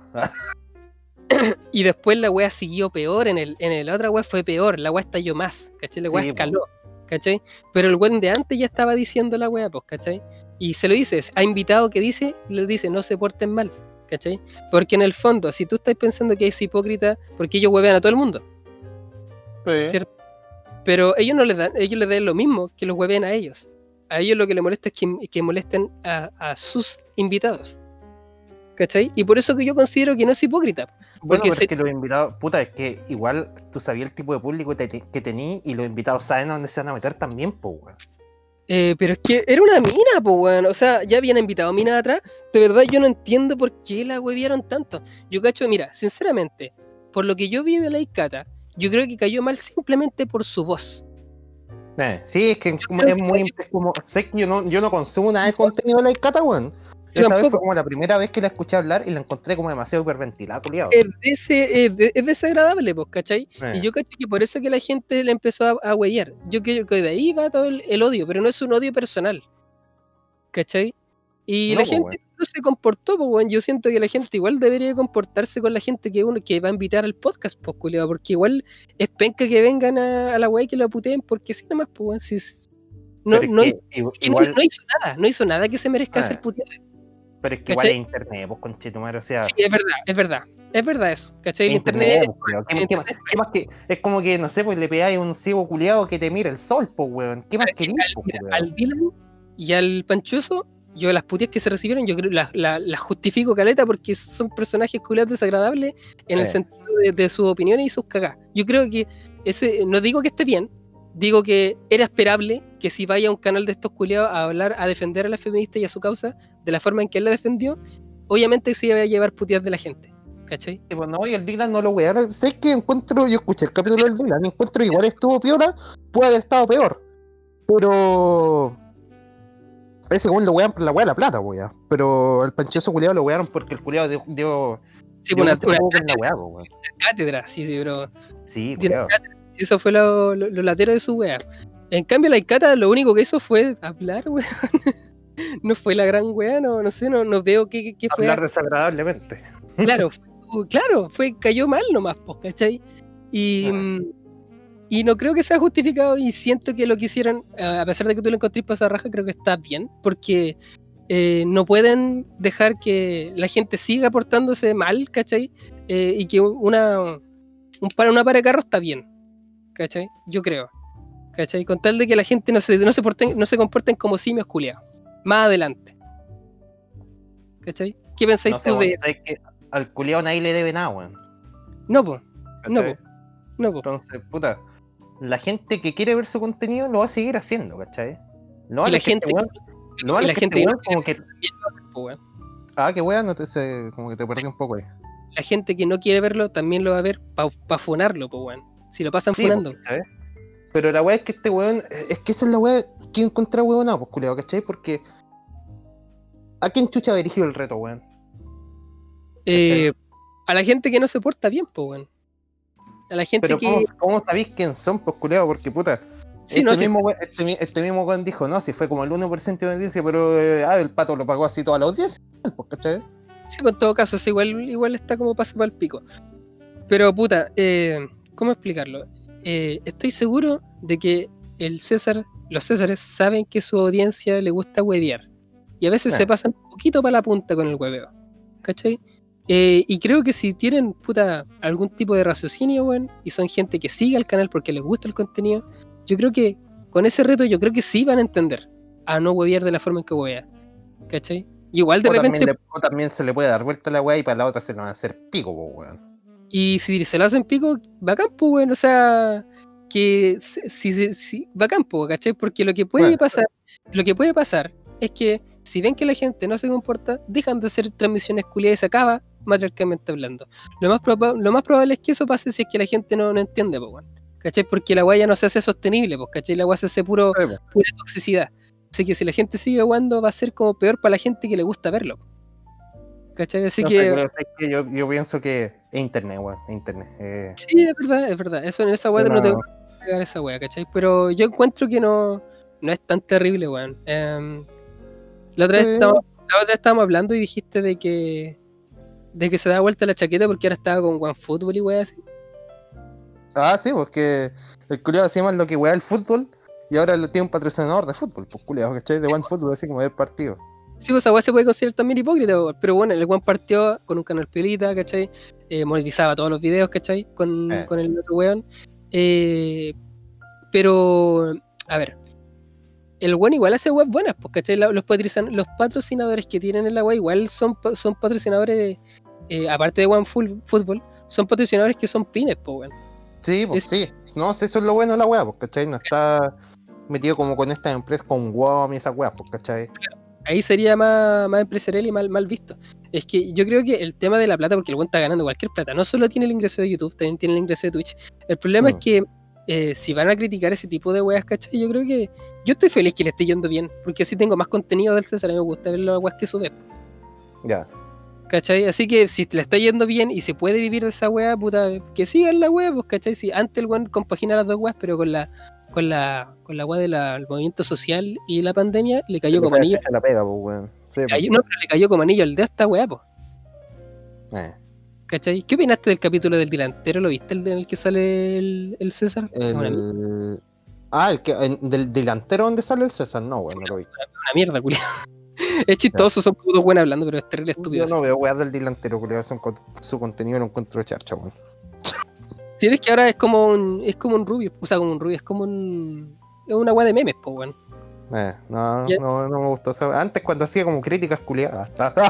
Y después la wea siguió peor, la otra wea fue peor, la wea estalló más, ¿cachai? La wea escaló, ¿cachai? Pero el weón de antes ya estaba diciendo la wea, pues, ¿cachai? Y se lo dices, ha invitado que dice, le dice, no se porten mal, ¿cachai? Porque en el fondo, si tú estás pensando que es hipócrita, porque ellos huevean a todo el mundo, Sí. ¿cierto? Pero ellos les dan lo mismo que los hueven a ellos. A ellos lo que les molesta es que molesten a sus invitados, ¿cachai? Y por eso que yo considero que no es hipócrita. Bueno, pero es que los invitados, puta, es que igual tú sabías el tipo de público que tenías y los invitados saben a dónde se van a meter también, po, weón. Pero es que era una mina, po, weón. O sea, ya habían invitado minas atrás. De verdad, yo no entiendo por qué la huevearon tanto. Yo cacho, mira, sinceramente, por lo que yo vi de la Icata, yo creo que cayó mal simplemente por su voz. Sí, es que es muy. Es como, sé que yo no consumo nada de contenido de la Icata, weón. Esa vez fue como la primera vez que la escuché hablar y la encontré como demasiado hiperventilada, culiado. Es desagradable, pues, ¿cachai? Y yo cacho que por eso que la gente le empezó a huellar. Yo creo que de ahí va todo el odio, pero no es un odio personal, ¿cachai? Y la gente no se comportó, pues, bueno. Yo siento que la gente igual debería comportarse con la gente que va a invitar al podcast, pues, culiado, porque igual es penca que vengan a la wea y que lo puteen, porque si nomás, pues, bueno, si no hizo nada que se merezca ser puteado. Pero es que igual es internet, pues, conchetumare, o sea. Sí, es verdad eso, ¿cachai? El internet ¿Qué más que? Es como que, no sé, pues le pegáis a un ciego culiado que te mira el sol, pues, weón. ¿Qué más querís, pues, weón? Al Dylan y al Panchoso, yo las puteas que se recibieron, yo creo las justifico caleta porque son personajes culiados desagradables en el sentido de sus opiniones y sus cagadas. Yo creo que no digo que esté bien, digo que era esperable que si vaya a un canal de estos culiados a hablar, a defender a la feminista y a su causa, de la forma en que él la defendió, obviamente se iba a llevar puteadas de la gente, ¿cachai? Sí, pues no, y el Dylan no lo wearon. Sé que yo escuché el capítulo del Dylan, encuentro igual estuvo piola, puede haber estado peor. Pero ese weón lo wean por la wea de la plata, weón. Pero el Panchoso culiado lo wearon porque el culiado dio sí, una cátedra, sí, pero sí, culiado. Eso fue lo latero de su wea. En cambio, la Icata lo único que hizo fue hablar, weón. No fue la gran wea, no sé, no veo qué fue. Hablar desagradablemente. Claro, cayó mal nomás, pues, ¿cachai? Y no creo que sea justificado y siento que lo que hicieron, a pesar de que tú lo encontrís pasar raja, creo que está bien, porque no pueden dejar que la gente siga portándose mal, ¿cachai? Y que una para de carro está bien, ¿cachai? Yo creo, ¿cachai? Con tal de que la gente no se comporten como simios culiados. Más adelante. ¿Cachai? ¿Qué pensáis tú de eso? Que al culiao nadie le debe nada, weón. No, po. No, po. Entonces, puta, la gente que quiere ver su contenido lo va a seguir haciendo, ¿cachai? No, y la gente, weón, Lo malo Y la es que gente este que no weón como que... también lo va a ver, po, weón. Ah, qué weón, no te sé, como que te perdí un poco ahí. La gente que no quiere verlo también lo va a ver para funarlo, po, weón. Si lo pasan Sí, pues, funando. ¿sabes? Pero la weá es que este weón, es que esa es la weá que encontré weón, pues culiao, ¿cachai? Porque ¿a quién chucha ha dirigido el reto, weón? ¿Cachai? Eh, a la gente que no se porta bien, po, weón. A la gente Pero ¿cómo, que. cómo sabéis quién son, pues culiao? Porque puta, Sí, no, sí, este mismo weón dijo, no, si fue como el 1% de audiencia, pero el pato lo pagó así toda la audiencia, pues, ¿cachai? sí, pues, en todo caso, es igual está como pasa para el pico. Pero puta, ¿cómo explicarlo? Estoy seguro de que los Césares saben que su audiencia le gusta huevear. Y a veces se Eh, pasan un poquito para la punta con el hueveo. ¿Cachai? Y creo que si tienen puta algún tipo de raciocinio, weón, y son gente que sigue al canal porque les gusta el contenido, yo creo que con ese reto yo creo que sí van a entender a no huevear de la forma en que huevea. ¿Cachai? Igual de repente. o también se le puede dar vuelta a la weá y para la otra se lo van a hacer pico, pues weón. Y si se lo hacen pico, bacán, pues, bueno, o sea, que si bacán, pues, ¿cachai? Porque Bueno, lo que puede pasar es que si ven que la gente no se comporta, dejan de hacer transmisiones culiadas y se acaba matriarcalmente hablando. Lo más probable es que eso pase si es que la gente no entiende, pues, bueno, ¿cachai? Porque la weá ya no se hace sostenible, pues, ¿cachai? La weá se hace pura sí, pues. toxicidad. Así que si la gente sigue jugando, va a ser como peor para la gente que le gusta verlo, ¿cachai? Así No sé, que pero es que yo pienso que es internet, weón, es internet. sí, es verdad, es verdad. Eso en esa weá no te voy Una- a pegar esa weá, ¿cachai? Pero yo encuentro que no es tan terrible, weón. sí. La otra vez estábamos hablando y dijiste de que se da vuelta la chaqueta porque ahora estaba con OneFootball y weá así. Ah, sí, porque el culiado hacía más lo que weá el fútbol y ahora lo tiene un patrocinador de fútbol, pues culiado, ¿cachai? De OneFootball, así como del partido. Sí, pues esa weá se puede considerar también hipócrita, weón. Pero bueno, el weón partió con un canal piolita, ¿cachai? Monetizaba todos los videos, ¿cachai? Eh, Con el otro weón. Pero, a ver, el weón igual hace web buenas, pues, ¿cachai? Los patrocinadores que tienen en la web igual son patrocinadores, aparte de Fútbol, son patrocinadores que son pymes, pues, weón. sí, pues Es- sí. No, sí, eso es lo bueno de la weá, pues, ¿cachai? No está metido como con estas empresas, con WOM y esas weas, pues, ¿cachai? Ahí sería más empresarial y mal visto. Es que yo creo que el tema de la plata, porque el weón está ganando cualquier plata, no solo tiene el ingreso de YouTube, también tiene el ingreso de Twitch. El problema es Mm, que si van a criticar ese tipo de weas, ¿cachai? Yo creo que yo estoy feliz que le esté yendo bien, porque así tengo más contenido del César, a mí me gusta ver las weas que sube. ya. ¿Cachai? Así que si le está yendo bien y se puede vivir de esa wea, puta, que sigan la wea, pues, ¿cachai? Si antes el weón compagina las dos weas, pero con la wea del movimiento social y la pandemia, le Se cayó le como fue a anillo. echar la pega, pues, weón. Sí, pues. No, pero le cayó como anillo al dedo a esta wea, pues. Eh. ¿Cachai? ¿Qué opinaste del capítulo del delantero? ¿Lo viste en el que sale el César? Es El... Ah, del delantero donde sale el César, no, weón, no lo vi. una mierda, culiao. Es Ya. chistoso, son putos buenos hablando, pero es terrible estúpido. Yo no veo weas del delantero, culiado, su contenido lo encuentro de charcha, weón. Si eres que ahora es como un rubio, o sea, como un rubio, es una wea de memes, pues, weón. No, Ya- no me gustó eso. Antes cuando hacía como críticas culiadas.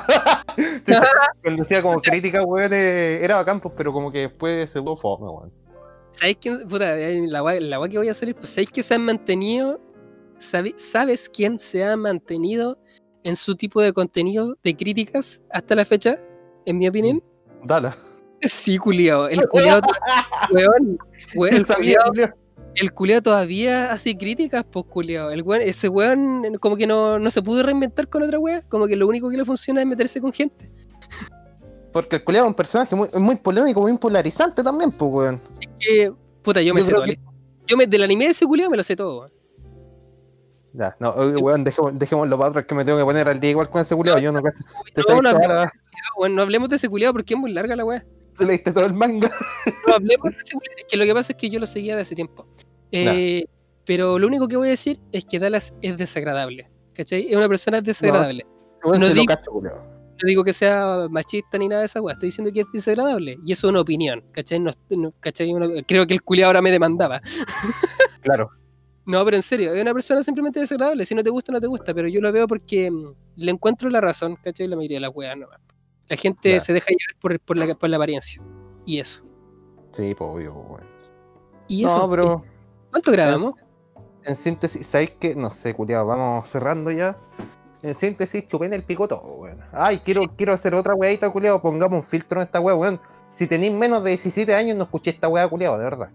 Cuando hacía como críticas, weón, era bacán, pues, pero como que después se puso fome, weón. ¿Sabes quién? Puta, la wea que voy a salir, pues ¿sabes que se han mantenido? ¿Sabes quién se ha mantenido en su tipo de contenido de críticas hasta la fecha? En mi opinión. Dale. Sí, culiao. El culiao, weón, Sí, sabía, culiao. el culiao todavía hace críticas, pues culiao. Ese weón como que no se pudo reinventar con otra wea, como que lo único que le funciona es meterse con gente. Porque el culiao es un personaje muy polémico, muy polarizante también, pues, weón. Que, puta, yo me Yo sé creo todo. que. Del anime de ese culiao me lo sé todo, weón. Ya, no, weón, dejémoslo para otro, que me tengo que poner al día igual con ese culiao. Yo no cacho. Te No, sabes no toda hablemos de la. ese culiao, weón, no hablemos de ese culiao porque es muy larga la wea. Te leíste todo el manga. No hablemos de ese culiao, es que lo que pasa es que yo lo seguía de hace tiempo. Ya. Pero lo único que voy a decir es que Dallas es desagradable, ¿cachai? Es una persona No, desagradable. weón, No se lo digo, cacho, culiao. no digo que sea machista ni nada de esa weá, estoy diciendo que es desagradable. Y eso es una opinión, ¿cachai? ¿Cachai? Creo que el culiao ahora me demandaba. Claro. No, pero en serio, es una persona simplemente desagradable. Si no te gusta, no te gusta. Pero yo lo veo porque le encuentro la razón, ¿cachai? La mayoría de las weas no. La gente Ya. se deja llevar por la apariencia. Y eso. Sí, pues, obvio, weón. Y No, eso. pero. ¿Cuánto Es, grabamos? En síntesis, ¿sabéis qué? No sé, culiao, vamos cerrando ya. En síntesis, chupén el pico todo, weón. Ay, quiero hacer otra weadita, culiao. Pongamos un filtro en esta wea, weón. Si tenéis menos de 17 años, no escuché esta wea, culiao, de verdad.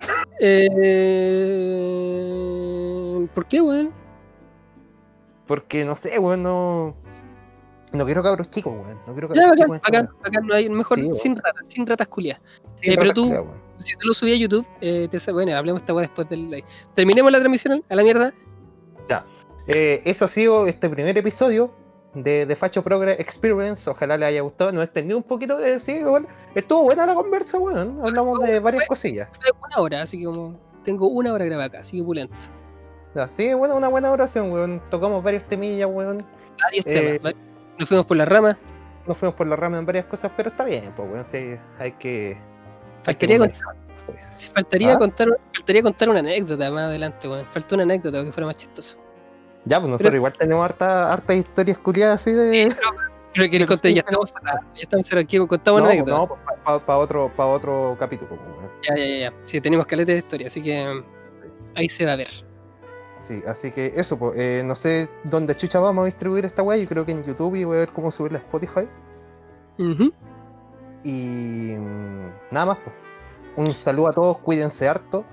¿Por qué, weón? Porque no sé, weón, no quiero cabros chicos, weón. No quiero Ya, cabros chicos en esta bacán, wea. bacán, no hay mejor Sí, weón. sin ratas culiadas. Sin Pero ratas, tú, culiao, weón. si te lo subí a YouTube, bueno, hablemos esta weá después del live. Terminemos la transmisión a la mierda. Ya. Eso ha sido este primer episodio de Facho Progress Experience. Ojalá les haya gustado. Nos extendió un poquito. Sí, igual. Estuvo buena la conversa, weón. Hablamos de varias cosillas. Fue una hora, así que como tengo una hora grabada acá, así que pulento. Sí, bueno, una buena oración, weón. Tocamos varios temillas, weón. Varios temas, nos fuimos por la rama. Nos fuimos por la rama en varias cosas, pero está bien, pues, weón. Sí, hay que Faltaría, conversar. Ustedes. sí, ¿Ah? faltaría contar una anécdota más adelante, weón. Faltó una anécdota para que fuera más chistoso. Ya, pues Pero, nosotros igual tenemos hartas historias curiosas así de. pero que les Pero conté, sí, ya estamos cerrados aquí, contamos una no, pues anécdota. no, para otro capítulo, pues, weón. Ya. Sí, tenemos caleta de historia, así que ahí se va a ver. Sí, así que eso, pues, no sé dónde chucha vamos a distribuir esta weá. Yo creo que en YouTube y voy a ver cómo subirla a Spotify. Ujú. Y nada más, pues. Un saludo a todos, cuídense harto.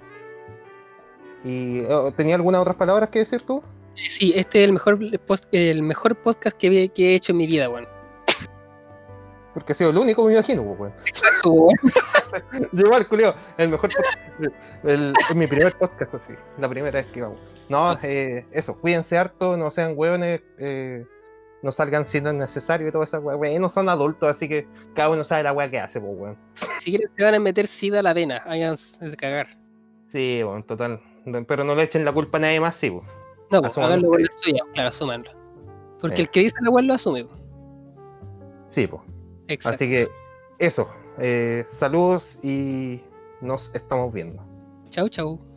Y ¿tenía algunas otras palabras que decir tú? Sí, este es el mejor podcast que he hecho en mi vida, weón. Porque ha sido el único, me imagino, pues, weón. Exacto, weón. Yo igual, culio, el mejor podcast. Es mi primer podcast, así. La primera vez que vamos. No, eso, cuídense harto, no sean hueones, no salgan si no es necesario y toda esa weá. No son adultos, así que cada uno sabe la weá que hace, pues, weón. Si quieren se van a meter sida a la vena, háganse de cagar. Sí, bueno, total. Pero no le echen la culpa a nadie más, sí, pues. No, pues, Asuman háganlo con la ustedes. suya, claro, asúmanlo. Porque Eh, el que dice la weá lo asume, pues. sí, pues. Así Exacto. que eso. Saludos y nos estamos viendo. Chau, chau.